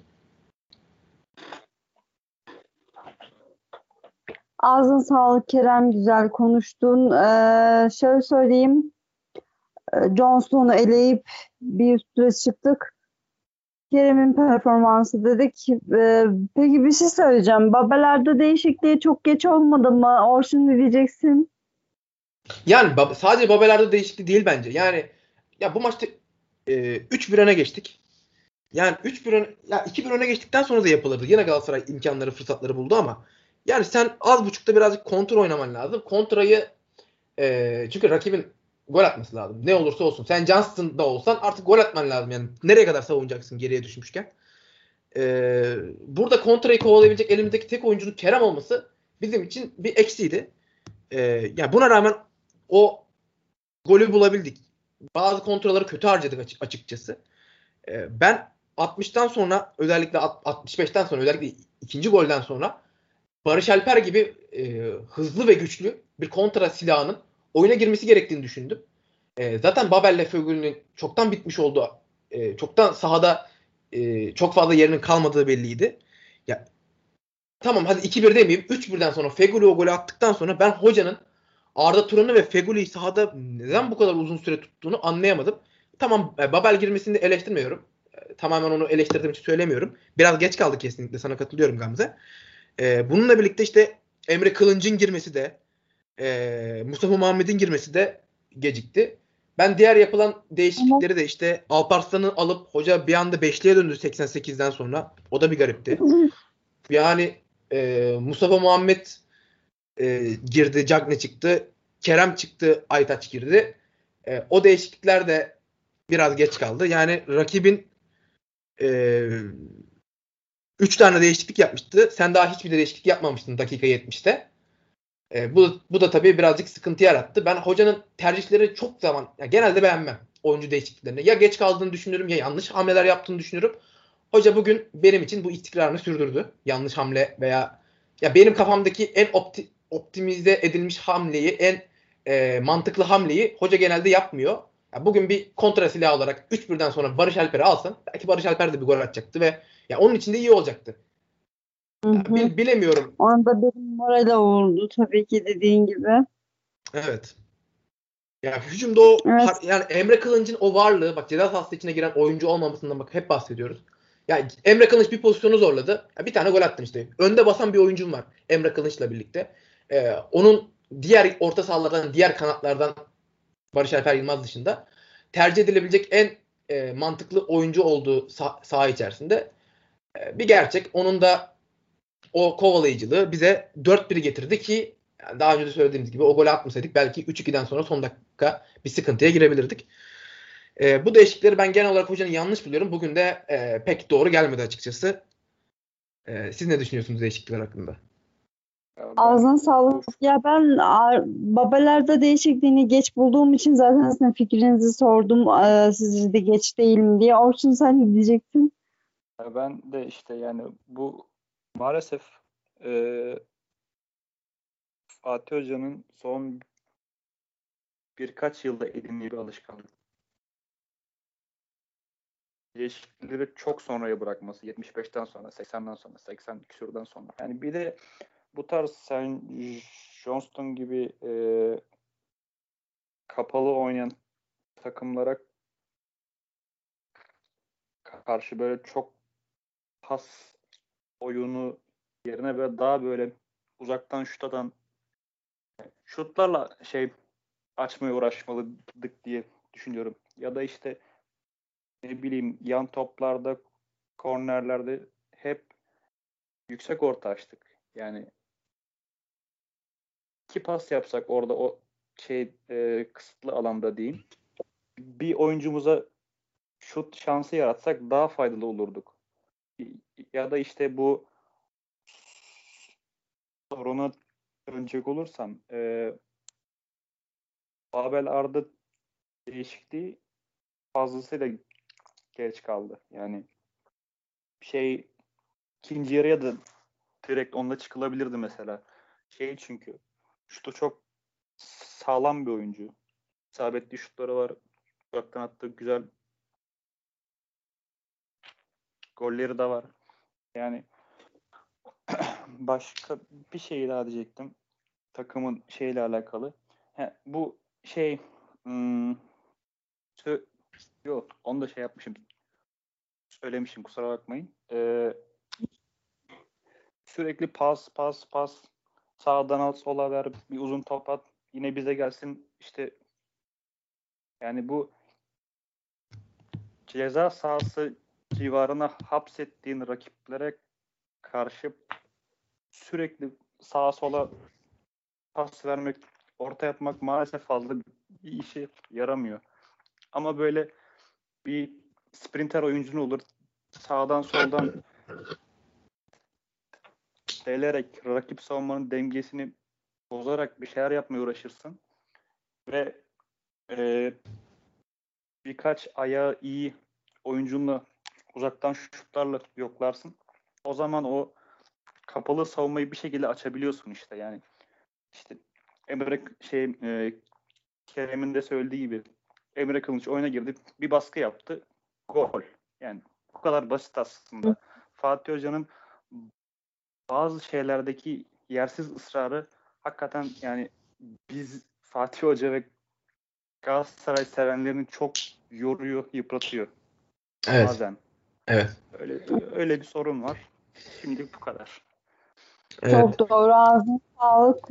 Ağzın sağlık Kerem, güzel konuştun. Şöyle söyleyeyim. Johnson'u eleyip bir süre çıktık. Kerem'in performansı dedik. Peki bir şey söyleyeceğim. Babelerde değişikliği çok geç olmadı mı? Orçun ne diyeceksin? Yani sadece Babelerde değişikliği değil bence. Yani ya bu maçta 3-1 öne geçtik. Yani 2-1 öne geçtikten sonra da yapılırdı. Yine Galatasaray imkanları, fırsatları buldu ama yani sen az buçukta birazcık kontra oynaman lazım. Kontrayı çünkü rakibin gol atması lazım. Ne olursa olsun. Sen Johnston'da olsan artık gol atman lazım. Yani nereye kadar savunacaksın geriye düşmüşken? Burada kontrayı kovalayabilecek elimizdeki tek oyuncunun Kerem olması bizim için bir eksiydi. Yani buna rağmen o golü bulabildik. Bazı kontraları kötü harcadık açıkçası. Ben 60'tan sonra, özellikle 65'ten sonra, özellikle ikinci golden sonra Barış Alper gibi hızlı ve güçlü bir kontra silahının oyuna girmesi gerektiğini düşündüm. Zaten Babel'le Fegüli'nin çoktan bitmiş olduğu, çoktan sahada çok fazla yerinin kalmadığı belliydi. Ya tamam, hadi 2-1 demeyeyim. 3-1'den sonra Fegüli o golü attıktan sonra ben hocanın Arda Turan'ı ve Fegüli'yi sahada neden bu kadar uzun süre tuttuğunu anlayamadım. Tamam, Babel girmesini de eleştirmiyorum. tamamen onu eleştirdiğim için söylemiyorum. Biraz geç kaldı kesinlikle. Sana katılıyorum Gamze. Bununla birlikte işte Emre Kılınç'ın girmesi de Mustafa Muhammed'in girmesi de gecikti. Ben diğer yapılan değişiklikleri de işte Alparslan'ı alıp hoca bir anda beşliğe döndü 88'den sonra. O da bir garipti. Yani Mustafa Muhammed girdi, Cagne çıktı. Kerem çıktı, Aytaç girdi. O değişiklikler de biraz geç kaldı. Yani rakibin 3 tane değişiklik yapmıştı. Sen daha hiçbir değişiklik yapmamıştın dakika 70'te. Bu da tabii birazcık sıkıntı yarattı. Ben hocanın tercihleri çok zaman, yani genelde beğenmem oyuncu değişikliklerini. Ya geç kaldığını düşünürüm ya yanlış hamleler yaptığını düşünürüm. Hoca bugün benim için bu istikrarını sürdürdü. Yanlış hamle veya ya benim kafamdaki en optimize edilmiş hamleyi, en mantıklı hamleyi hoca genelde yapmıyor. Ya bugün bir kontra silah olarak 3-1'den sonra Barış Alper'i alsan belki Barış Alper de bir gol atacaktı ve ya onun için de iyi olacaktı. Bilemiyorum. O anda benim morale vurdu tabii ki dediğin gibi. Evet. Ya hücumda o Evet. yani Emre Kılınç'ın o varlığı, bak ceza sahası içine giren oyuncu olmamasından bak hep bahsediyoruz. Ya Emre Kılınç bir pozisyonu zorladı. Ya bir tane gol attın işte. Önde basan bir oyuncum var Emre Kılınç'la birlikte. Onun diğer orta sahalardan, diğer kanatlardan Barış Alper Yılmaz dışında tercih edilebilecek en mantıklı oyuncu olduğu saha içerisinde bir gerçek. Onun da o kovalayıcılığı bize 4-1'i getirdi ki yani daha önce de söylediğimiz gibi o golü atmasaydık belki 3-2'den sonra son dakika bir sıkıntıya girebilirdik. Bu değişiklikleri ben genel olarak hocanın yanlış buluyorum. Bugün de pek doğru gelmedi açıkçası. Siz ne düşünüyorsunuz değişiklikler hakkında? Ağzına sağlık. Ya ben Babelerde değişikliğini geç bulduğum için zaten sizin fikrinizi sordum. Sizce de geç değil mi diye. Orçun sen ne diyecektin? Ben de işte yani bu maalesef Fatih Hoca'nın son birkaç yılda edindiği bir alışkanlık. Değişiklikleri çok sonraya bırakması. 75'ten sonra, 80'den sonra, 80 küsurdan sonra. Yani bir de bu tarz sen Johnston gibi kapalı oynayan takımlara karşı böyle çok pas oyunu yerine böyle daha böyle uzaktan şut atan şutlarla açmaya uğraşmalıdık diye düşünüyorum. Ya da işte ne bileyim yan toplarda, kornerlerde hep yüksek orta açtık. Yani 2 pas yapsak orada o kısıtlı alanda diyeyim. Bir oyuncumuza şut şansı yaratsak daha faydalı olurduk. Ya da işte bu soruna dönecek olursam Babel Arda değişikliği fazlasıyla geç kaldı. Yani ikinci yarıya da direkt onunla çıkılabilirdi mesela. Çünkü şutu çok sağlam bir oyuncu. İsabetli şutları var. Uzaktan attığı güzel golleri de var. Yani başka bir şey daha diyecektim. Takımın şeyle alakalı. Bu yok onu da yapmışım. Söylemişim kusura bakmayın. Sürekli pas sağdan al sola ver bir uzun top at yine bize gelsin işte yani bu ceza sahası civarına hapsettiğin rakiplere karşı sürekli sağa sola pas vermek orta yapmak maalesef fazla bir işe yaramıyor. Ama böyle bir sprinter oyuncun olur sağdan soldan delerek rakip savunmanın dengesini bozarak bir şeyler yapmaya uğraşırsın ve birkaç ayağı iyi oyuncunla uzaktan şutlarla yoklarsın. O zaman o kapalı savunmayı bir şekilde açabiliyorsun işte yani. İşte Emre Kerem'in de söylediği gibi Emre Kılınç oyuna girdi. Bir baskı yaptı. Gol. Yani bu kadar basit aslında. Fatih Hoca'nın bazı şeylerdeki yersiz ısrarı hakikaten yani biz Fatih Hoca ve Galatasaray sevenlerini çok yoruyor, yıpratıyor. Evet. Bazen. Evet. Öyle bir sorun var. Şimdi bu kadar. Evet. Çok doğru. Ağzına sağlık.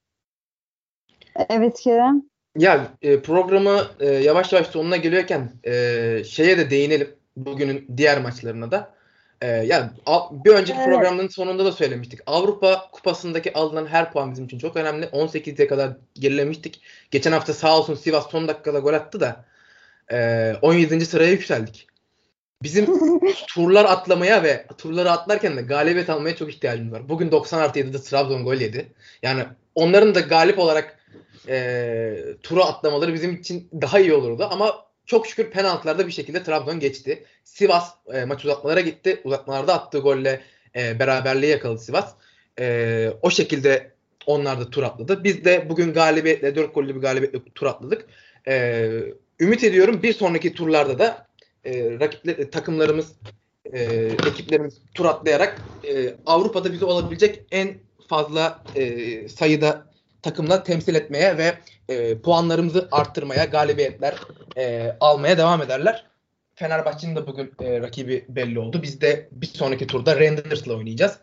Evet Kerem. Ya programı yavaş yavaş sonuna geliyorken şeye de değinelim. Bugünün diğer maçlarına da. Yani bir önceki Evet. programın sonunda da söylemiştik. Avrupa Kupası'ndaki alınan her puan bizim için çok önemli. 18'e kadar gerilemiştik. Geçen hafta sağ olsun Sivas son dakikada gol attı da 17. sıraya yükseldik. Bizim turlar atlamaya ve turları atlarken de galibiyet almaya çok ihtiyacımız var. Bugün 90+7'de Trabzon gol yedi. Yani onların da galip olarak turu atlamaları bizim için daha iyi olurdu. Ama çok şükür penaltılarda bir şekilde Trabzon geçti. Sivas maç uzatmalara gitti. Uzatmalarda attığı golle beraberliği yakaladı Sivas. O şekilde onlar da tur atladı. Biz de bugün galibiyetle 4 gollü bir galibiyetle tur atladık. Ümit ediyorum bir sonraki turlarda da takımlarımız, ekiplerimiz tur atlayarak Avrupa'da bizi olabilecek en fazla sayıda takımla temsil etmeye ve puanlarımızı arttırmaya, galibiyetler almaya devam ederler. Fenerbahçe'nin de bugün rakibi belli oldu. Biz de bir sonraki turda Rangers'la oynayacağız.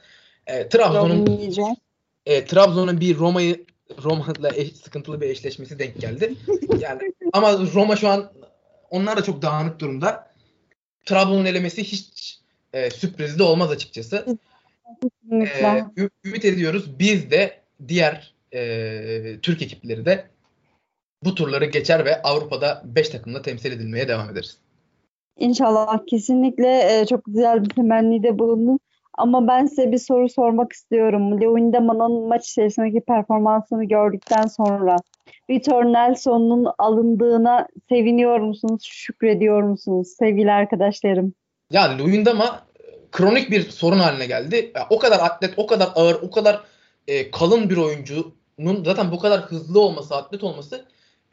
Trabzon'un bir Roma'yla sıkıntılı bir eşleşmesi denk geldi. Yani ama Roma şu an onlar da çok dağınık durumda. Trabzon'un elemesi hiç sürpriz de olmaz açıkçası. Ümit ediyoruz. Biz de diğer Türk ekipleri de bu turları geçer ve Avrupa'da 5 takımla temsil edilmeye devam ederiz. İnşallah kesinlikle çok güzel bir temennide bulundun. Ama ben size bir soru sormak istiyorum. Lewandowski'nin maç içerisindeki performansını gördükten sonra Victor Nelson'un alındığına seviniyor musunuz, şükrediyor musunuz sevgili arkadaşlarım? Yani Lewandowski kronik bir sorun haline geldi. Yani o kadar atlet, o kadar ağır, o kadar kalın bir oyuncunun zaten bu kadar hızlı olması, atlet olması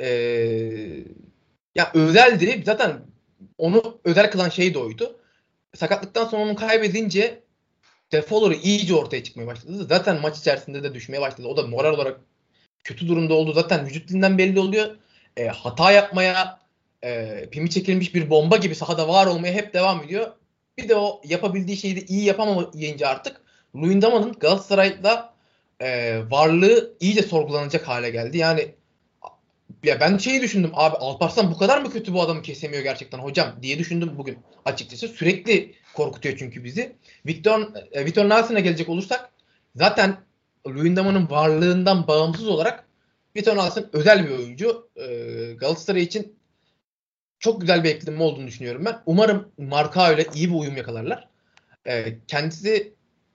ya özeldi. Zaten onu özel kılan şey de oydu. Sakatlıktan sonra onu kaybedince defoları iyice ortaya çıkmaya başladı. Zaten maç içerisinde de düşmeye başladı. O da moral olarak kötü durumda oldu. Zaten vücut dilinden belli oluyor. Hata yapmaya, pimi çekilmiş bir bomba gibi sahada var olmaya hep devam ediyor. Bir de o yapabildiği şeyi de iyi yapamayınca artık Luyendama'nın Galatasaray'da varlığı iyice sorgulanacak hale geldi. Yani ya ben şeyi düşündüm abi Alparslan bu kadar mı kötü bu adamı kesemiyor gerçekten hocam diye düşündüm bugün açıkçası. Sürekli korkutuyor çünkü bizi. Victor Nelson'a gelecek olursak zaten Luyendama'nın varlığından bağımsız olarak Victor Nelson özel bir oyuncu. Galatasaray için çok güzel bir ekleme olduğunu düşünüyorum ben. Umarım Marka ile iyi bir uyum yakalarlar. Kendisi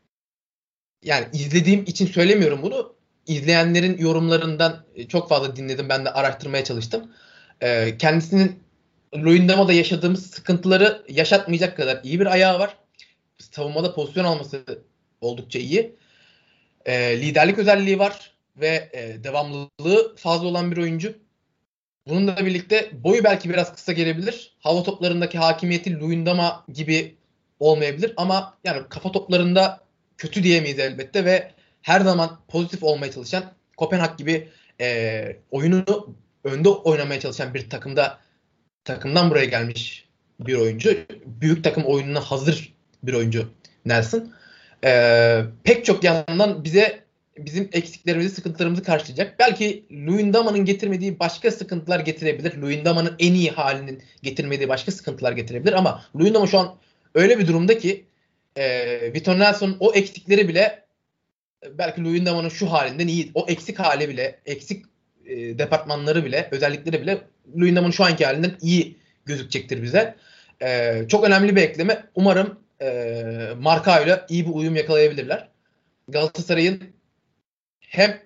yani izlediğim için söylemiyorum bunu. İzleyenlerin yorumlarından çok fazla dinledim. Ben de araştırmaya çalıştım. Kendisinin Luyendama'da yaşadığımız sıkıntıları yaşatmayacak kadar iyi bir ayağı var. Savunmada pozisyon alması oldukça iyi. Liderlik özelliği var ve devamlılığı fazla olan bir oyuncu. Bununla birlikte boyu belki biraz kısa gelebilir. Hava toplarındaki hakimiyeti Luyendama gibi olmayabilir ama yani kafa toplarında kötü diyemeyiz elbette ve her zaman pozitif olmaya çalışan Kopenhag gibi oyunu önde oynamaya çalışan bir takımdan buraya gelmiş bir oyuncu. Büyük takım oyununa hazır bir oyuncu Nelson. Pek çok yandan bizim eksiklerimizi, sıkıntılarımızı karşılayacak. Belki Luyendama'nın getirmediği başka sıkıntılar getirebilir. Luyendama'nın en iyi halinin getirmediği başka sıkıntılar getirebilir. Ama Luyendama şu an öyle bir durumda ki Victor Nelson'un o eksikleri bile belki Luyendama'nın şu halinden iyi. O eksik hali bile, eksik departmanları bile, özellikleri bile Luyendama'nın şu anki halinden iyi gözükecektir bize. Çok önemli bir ekleme. Umarım Marka ile iyi bir uyum yakalayabilirler. Galatasaray'ın hem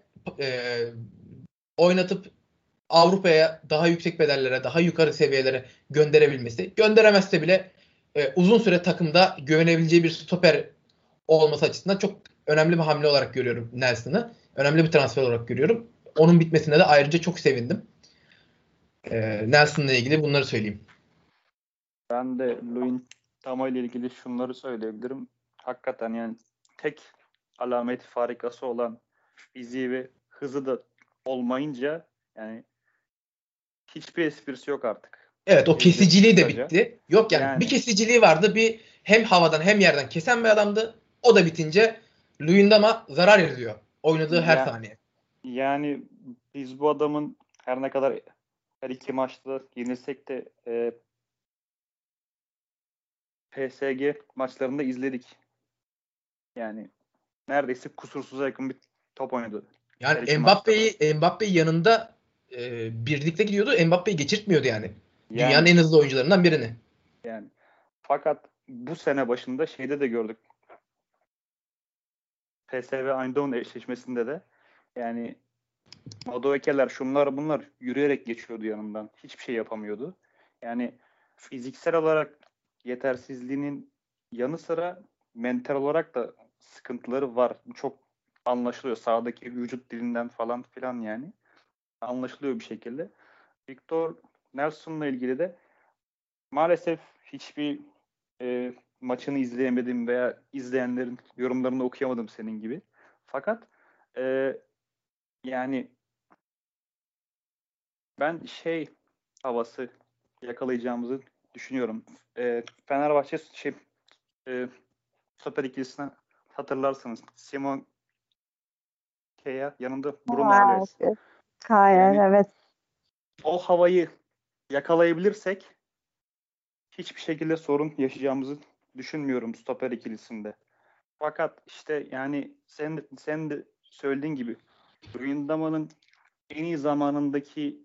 oynatıp Avrupa'ya daha yüksek bedellere, daha yukarı seviyelere gönderebilmesi, gönderemezse bile uzun süre takımda güvenebileceği bir stoper olması açısından çok önemli bir hamle olarak görüyorum Nelson'ı. Önemli bir transfer olarak görüyorum. Onun bitmesine de ayrıca çok sevindim. Nelson'la ilgili bunları söyleyeyim. Ben de Luyendama ile ilgili şunları söyleyebilirim. Hakikaten yani tek alameti farikası olan fiziği ve hızı da olmayınca yani hiçbir esprisi yok artık. Evet o kesiciliği de bitti. Yok yani bir kesiciliği vardı, bir hem havadan hem yerden kesen bir adamdı. O da bitince Luyendam'a zarar ediyor oynadığı her saniye. Yani biz bu adamın her ne kadar her iki maçta yenilsek de PSG maçlarında izledik. Yani neredeyse kusursuza yakın bir top oynadı. Yani Mbappe'yi yanında birlikte gidiyordu. Mbappe'yi geçirtmiyordu yani. Dünyanın en hızlı oyuncularından birini. Yani fakat bu sene başında şeyde de gördük. PSV Eindhoven eşleşmesinde de yani Madueke'ler şunlar bunlar yürüyerek geçiyordu yanından. Hiçbir şey yapamıyordu. Yani fiziksel olarak yetersizliğinin yanı sıra mental olarak da sıkıntıları var. Çok anlaşılıyor. Sahadaki vücut dilinden falan filan yani. Anlaşılıyor bir şekilde. Victor Nelson'la ilgili de maalesef hiçbir maçını izleyemedim veya izleyenlerin yorumlarını okuyamadım senin gibi. Fakat yani ben havası yakalayacağımızı düşünüyorum. Fenerbahçe stoper ikilisine hatırlarsınız. Simon Kea yanında Bruno Alves. Kaya, evet. O havayı yakalayabilirsek hiçbir şekilde sorun yaşayacağımızı düşünmüyorum stoper ikilisinde. Fakat işte yani sen de söylediğin gibi Luyendama'nın en iyi zamanındaki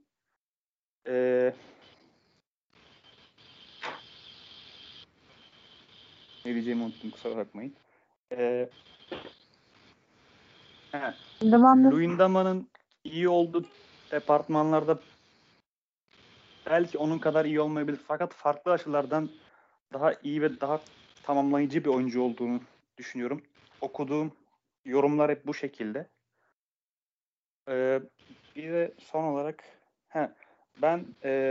ne diyeceğimi unuttum, kusura bakmayın. Luyendama'nın iyi olduğu departmanlarda belki onun kadar iyi olmayabilir. Fakat farklı açılardan daha iyi ve daha tamamlayıcı bir oyuncu olduğunu düşünüyorum. Okuduğum yorumlar hep bu şekilde. Bir de son olarak ben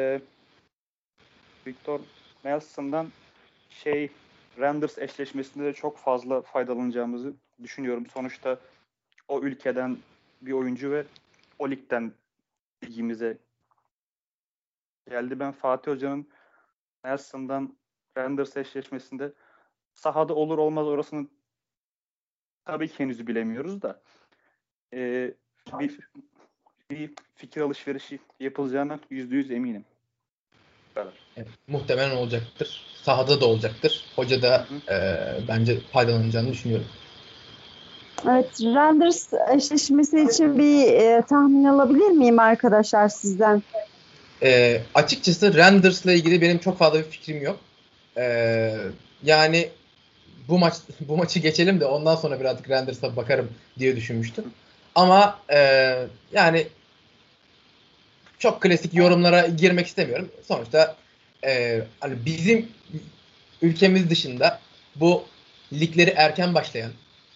Victor Nelson'dan Randers eşleşmesinde de çok fazla faydalanacağımızı düşünüyorum. Sonuçta o ülkeden bir oyuncu ve o ligden ligimize geldi. Ben Fatih Hoca'nın Nelson'dan Randers eşleşmesinde sahada olur olmaz orasını tabii ki henüz bilemiyoruz da bir fikir alışverişi yapılacağına %100 eminim. Evet, muhtemelen olacaktır. Sahada da olacaktır. Hoca da bence faydalanacağını düşünüyorum. Evet, Randers eşleşmesi için bir tahmin alabilir miyim arkadaşlar sizden? Açıkçası Randers'la ilgili benim çok fazla bir fikrim yok. Yani bu maçı geçelim de ondan sonra birazcık Randers'a bakarım diye düşünmüştüm. Ama yani çok klasik yorumlara girmek istemiyorum. Sonuçta hani bizim ülkemiz dışında bu ligleri erken başlayan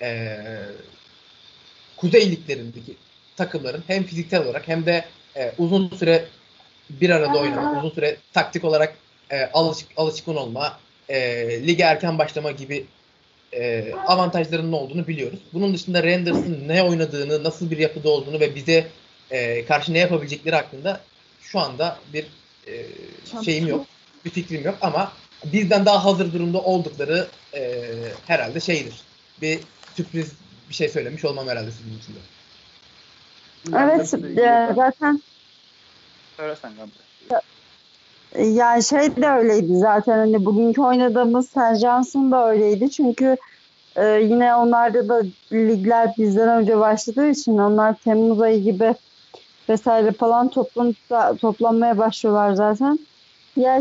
kuzey liglerindeki takımların hem fiziksel olarak hem de uzun süre bir arada oynama, uzun süre taktik olarak alışkın olma, lige erken başlama gibi avantajlarının olduğunu biliyoruz. Bunun dışında Randers'ın ne oynadığını, nasıl bir yapıda olduğunu ve bize karşı ne yapabilecekleri hakkında şu anda bir şeyim yok, bir fikrim yok ama bizden daha hazır durumda oldukları herhalde bir sürpriz bir şey söylemiş olmam herhalde sizin için de. Evet, zaten söylesen Gamze. Yani de öyleydi zaten, hani bugünkü oynadığımız St. Johnson da öyleydi çünkü yine onlarda da ligler bizden önce başladığı için onlar Temmuz ayı gibi vesaire falan toplanmaya başlıyorlar zaten. Ya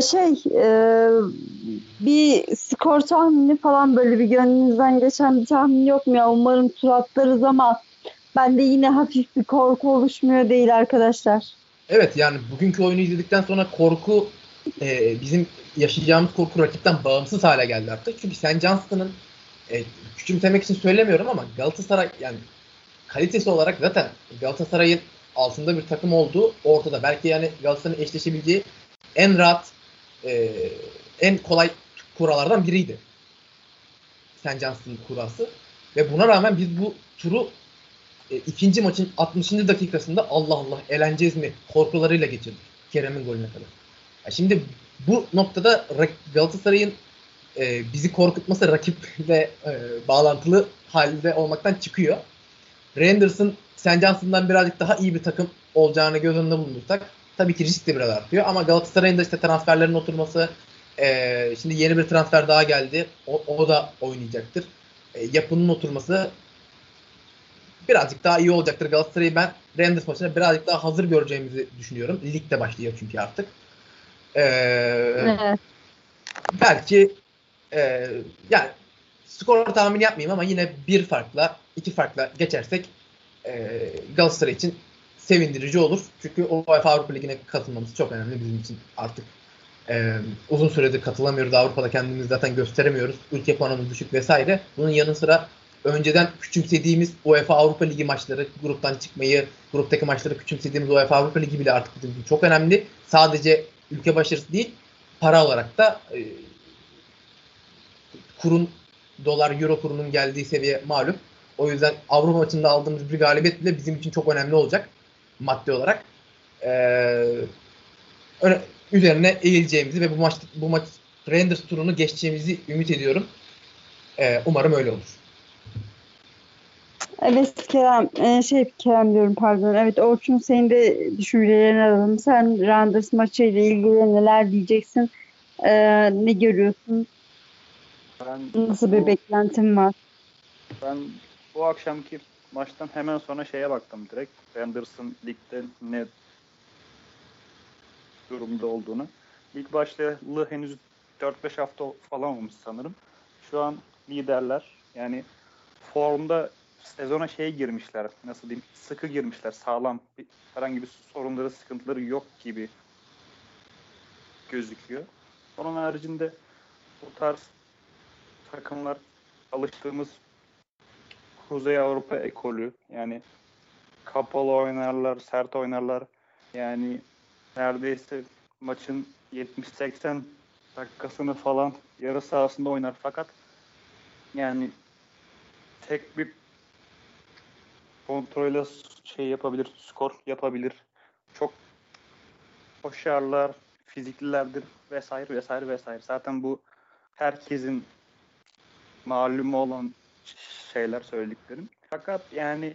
bir skor tahmini falan, böyle bir gönlünüzden geçen bir tahmin yok mu ya? Umarım tur atlarız ama bende yine hafif bir korku oluşmuyor değil arkadaşlar. Evet, yani bugünkü oyunu izledikten sonra korku bizim yaşayacağımız korku rakipten bağımsız hale geldi artık. Çünkü St. Johnston'ın küçümsemek için söylemiyorum ama Galatasaray yani kalitesi olarak zaten Galatasaray'ın altında bir takım olduğu ortada. Belki yani Galatasaray'ın eşleşebileceği en rahat en kolay kuralardan biriydi. St. Johnston kurası. Ve buna rağmen biz bu turu ikinci maçın 60. dakikasında Allah Allah eleneceğiz mi korkularıyla geçirdik. Kerem'in golüne kadar. Şimdi bu noktada Galatasaray'ın bizi korkutması rakiple bağlantılı halde olmaktan çıkıyor. Rangers'ın St. Johnson'dan birazcık daha iyi bir takım olacağını göz önünde bulundursak tabii ki risk de biraz artıyor. Ama Galatasaray'ın da işte transferlerin oturması, şimdi yeni bir transfer daha geldi. O da oynayacaktır. Yapının oturması birazcık daha iyi olacaktır. Galatasaray'ı ben Rangers maçına birazcık daha hazır göreceğimizi düşünüyorum. Lig de başlıyor çünkü artık. Evet. Belki yani skor tahmini yapmayayım ama yine bir farkla, iki farkla geçersek Galatasaray için sevindirici olur. Çünkü UEFA Avrupa Ligi'ne katılmamız çok önemli bizim için artık. Uzun süredir katılamıyoruz. Avrupa'da kendimizi zaten gösteremiyoruz. Ülke puanımız düşük vesaire. Bunun yanı sıra önceden küçümsediğimiz UEFA Avrupa Ligi maçları, gruptan çıkmayı, gruptaki maçları küçümsediğimiz UEFA Avrupa Ligi bile artık bizim için çok önemli. Sadece ülke başarısı değil, para olarak da kurun, dolar euro kurunun geldiği seviye malum. O yüzden Avrupa maçında aldığımız bir galibiyet bile bizim için çok önemli olacak maddi olarak. Üzerine eğileceğimizi ve bu maç Rangers turunu geçeceğimizi ümit ediyorum. Umarım öyle olur. Evet Kerem, Kerem diyorum pardon. Evet Orçun senin de düşüncelerini alalım. Sen Randers maçıyla ilgili neler diyeceksin? Ne görüyorsun? Nasıl bir beklentin var? Ben bu akşamki maçtan hemen sonra şeye baktım direkt. Rangers'ın ligde ne durumda olduğunu. Lig başlayalı henüz 4-5 hafta falan olmuş sanırım. Şu an liderler. Yani formda sezona girmişler. Nasıl diyeyim? Sıkı girmişler. Sağlam. Herhangi bir sorunları, sıkıntıları yok gibi gözüküyor. Onun haricinde bu tarz takımlar alıştığımız Kuzey Avrupa ekolü. Yani kapalı oynarlar, sert oynarlar. Yani neredeyse maçın 70-80 dakikasını falan yarı sahasında oynar. Fakat yani tek bir kontrolle yapabilir, skor yapabilir. Çok koşarlar, fiziklilerdir vesaire vesaire vesaire. Zaten bu herkesin malumu olan şeyler söylediklerim. Fakat yani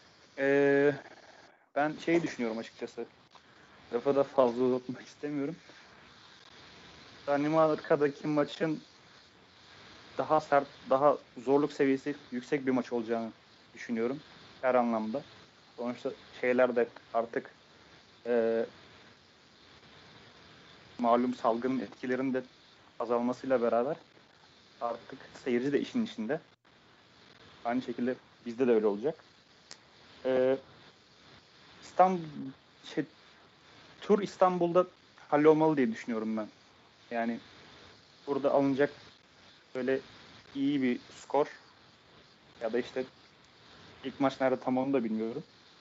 ben düşünüyorum açıkçası. Lafı da fazla uzatmak istemiyorum. Danimarka'daki maçın daha sert, daha zorluk seviyesi yüksek bir maç olacağını düşünüyorum. Her anlamda. Sonuçta de artık malum salgının etkilerinin de azalmasıyla beraber artık seyirci de işin içinde. Aynı şekilde bizde de öyle olacak. İstanbul tur İstanbul'da hallolmalı diye düşünüyorum ben. Yani burada alınacak böyle iyi bir skor ya da işte ilk maç nerede tam onu da bilmiyorum.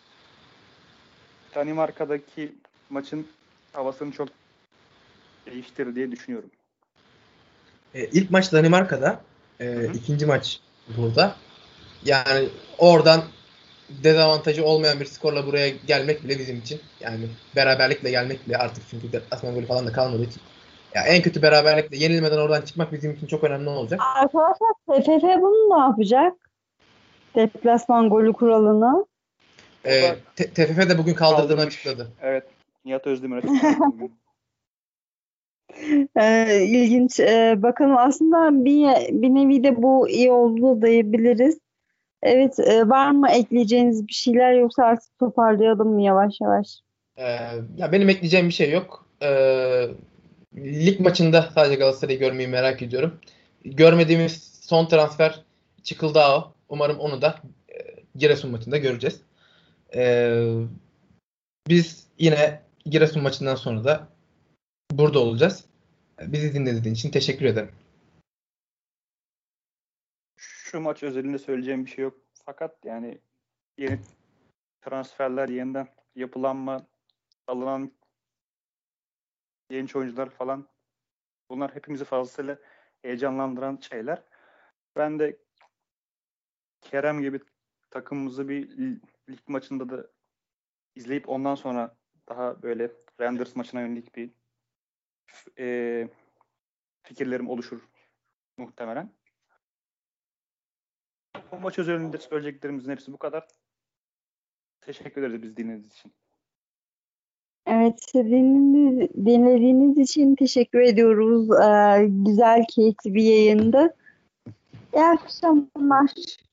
Danimarka'daki maçın havasını çok değiştirir diye düşünüyorum. İlk maç Danimarka'da, ikinci maç burada. Yani oradan dezavantajı olmayan bir skorla buraya gelmek bile bizim için, yani beraberlikle gelmek bile artık, çünkü deplasman golü falan da kalmadığı için. Ya en kötü beraberlikle yenilmeden oradan çıkmak bizim için çok önemli olacak. Arkadaşlar TFF bunu ne yapacak? Deplasman golü kuralını. TFF de bugün kaldırdığını Kaldırmış. açıkladı. Evet. Nihat Özdemir açıkladı bugün. İlginç. Bakalım aslında bir nevi de bu iyi oldu diyebiliriz. Evet, var mı ekleyeceğiniz bir şeyler yoksa artık toparlayalım mı yavaş yavaş? Ya benim ekleyeceğim bir şey yok. Lig maçında sadece Galatasaray'ı görmeyi merak ediyorum. Görmediğimiz son transfer Çıkıldao. Umarım onu da Giresun maçında göreceğiz. Biz yine Giresun maçından sonra da burada olacağız. Bizi dinlediğin için teşekkür ederim. Şu maç özelinde söyleyeceğim bir şey yok. Fakat yani yeni transferler, yeniden yapılanma, alınan genç oyuncular falan, bunlar hepimizi fazlasıyla heyecanlandıran şeyler. Ben de Kerem gibi takımımızı bir lig maçında da izleyip ondan sonra daha böyle Rangers maçına yönelik bir fikirlerim oluşur muhtemelen. Bu maç üzerinde söyleyeceklerimizin hepsi bu kadar. Teşekkür ederiz biz dinlediğiniz için. Evet, dinlediğiniz için teşekkür ediyoruz. Güzel, keyifli bir yayındı. İyi akşamlar.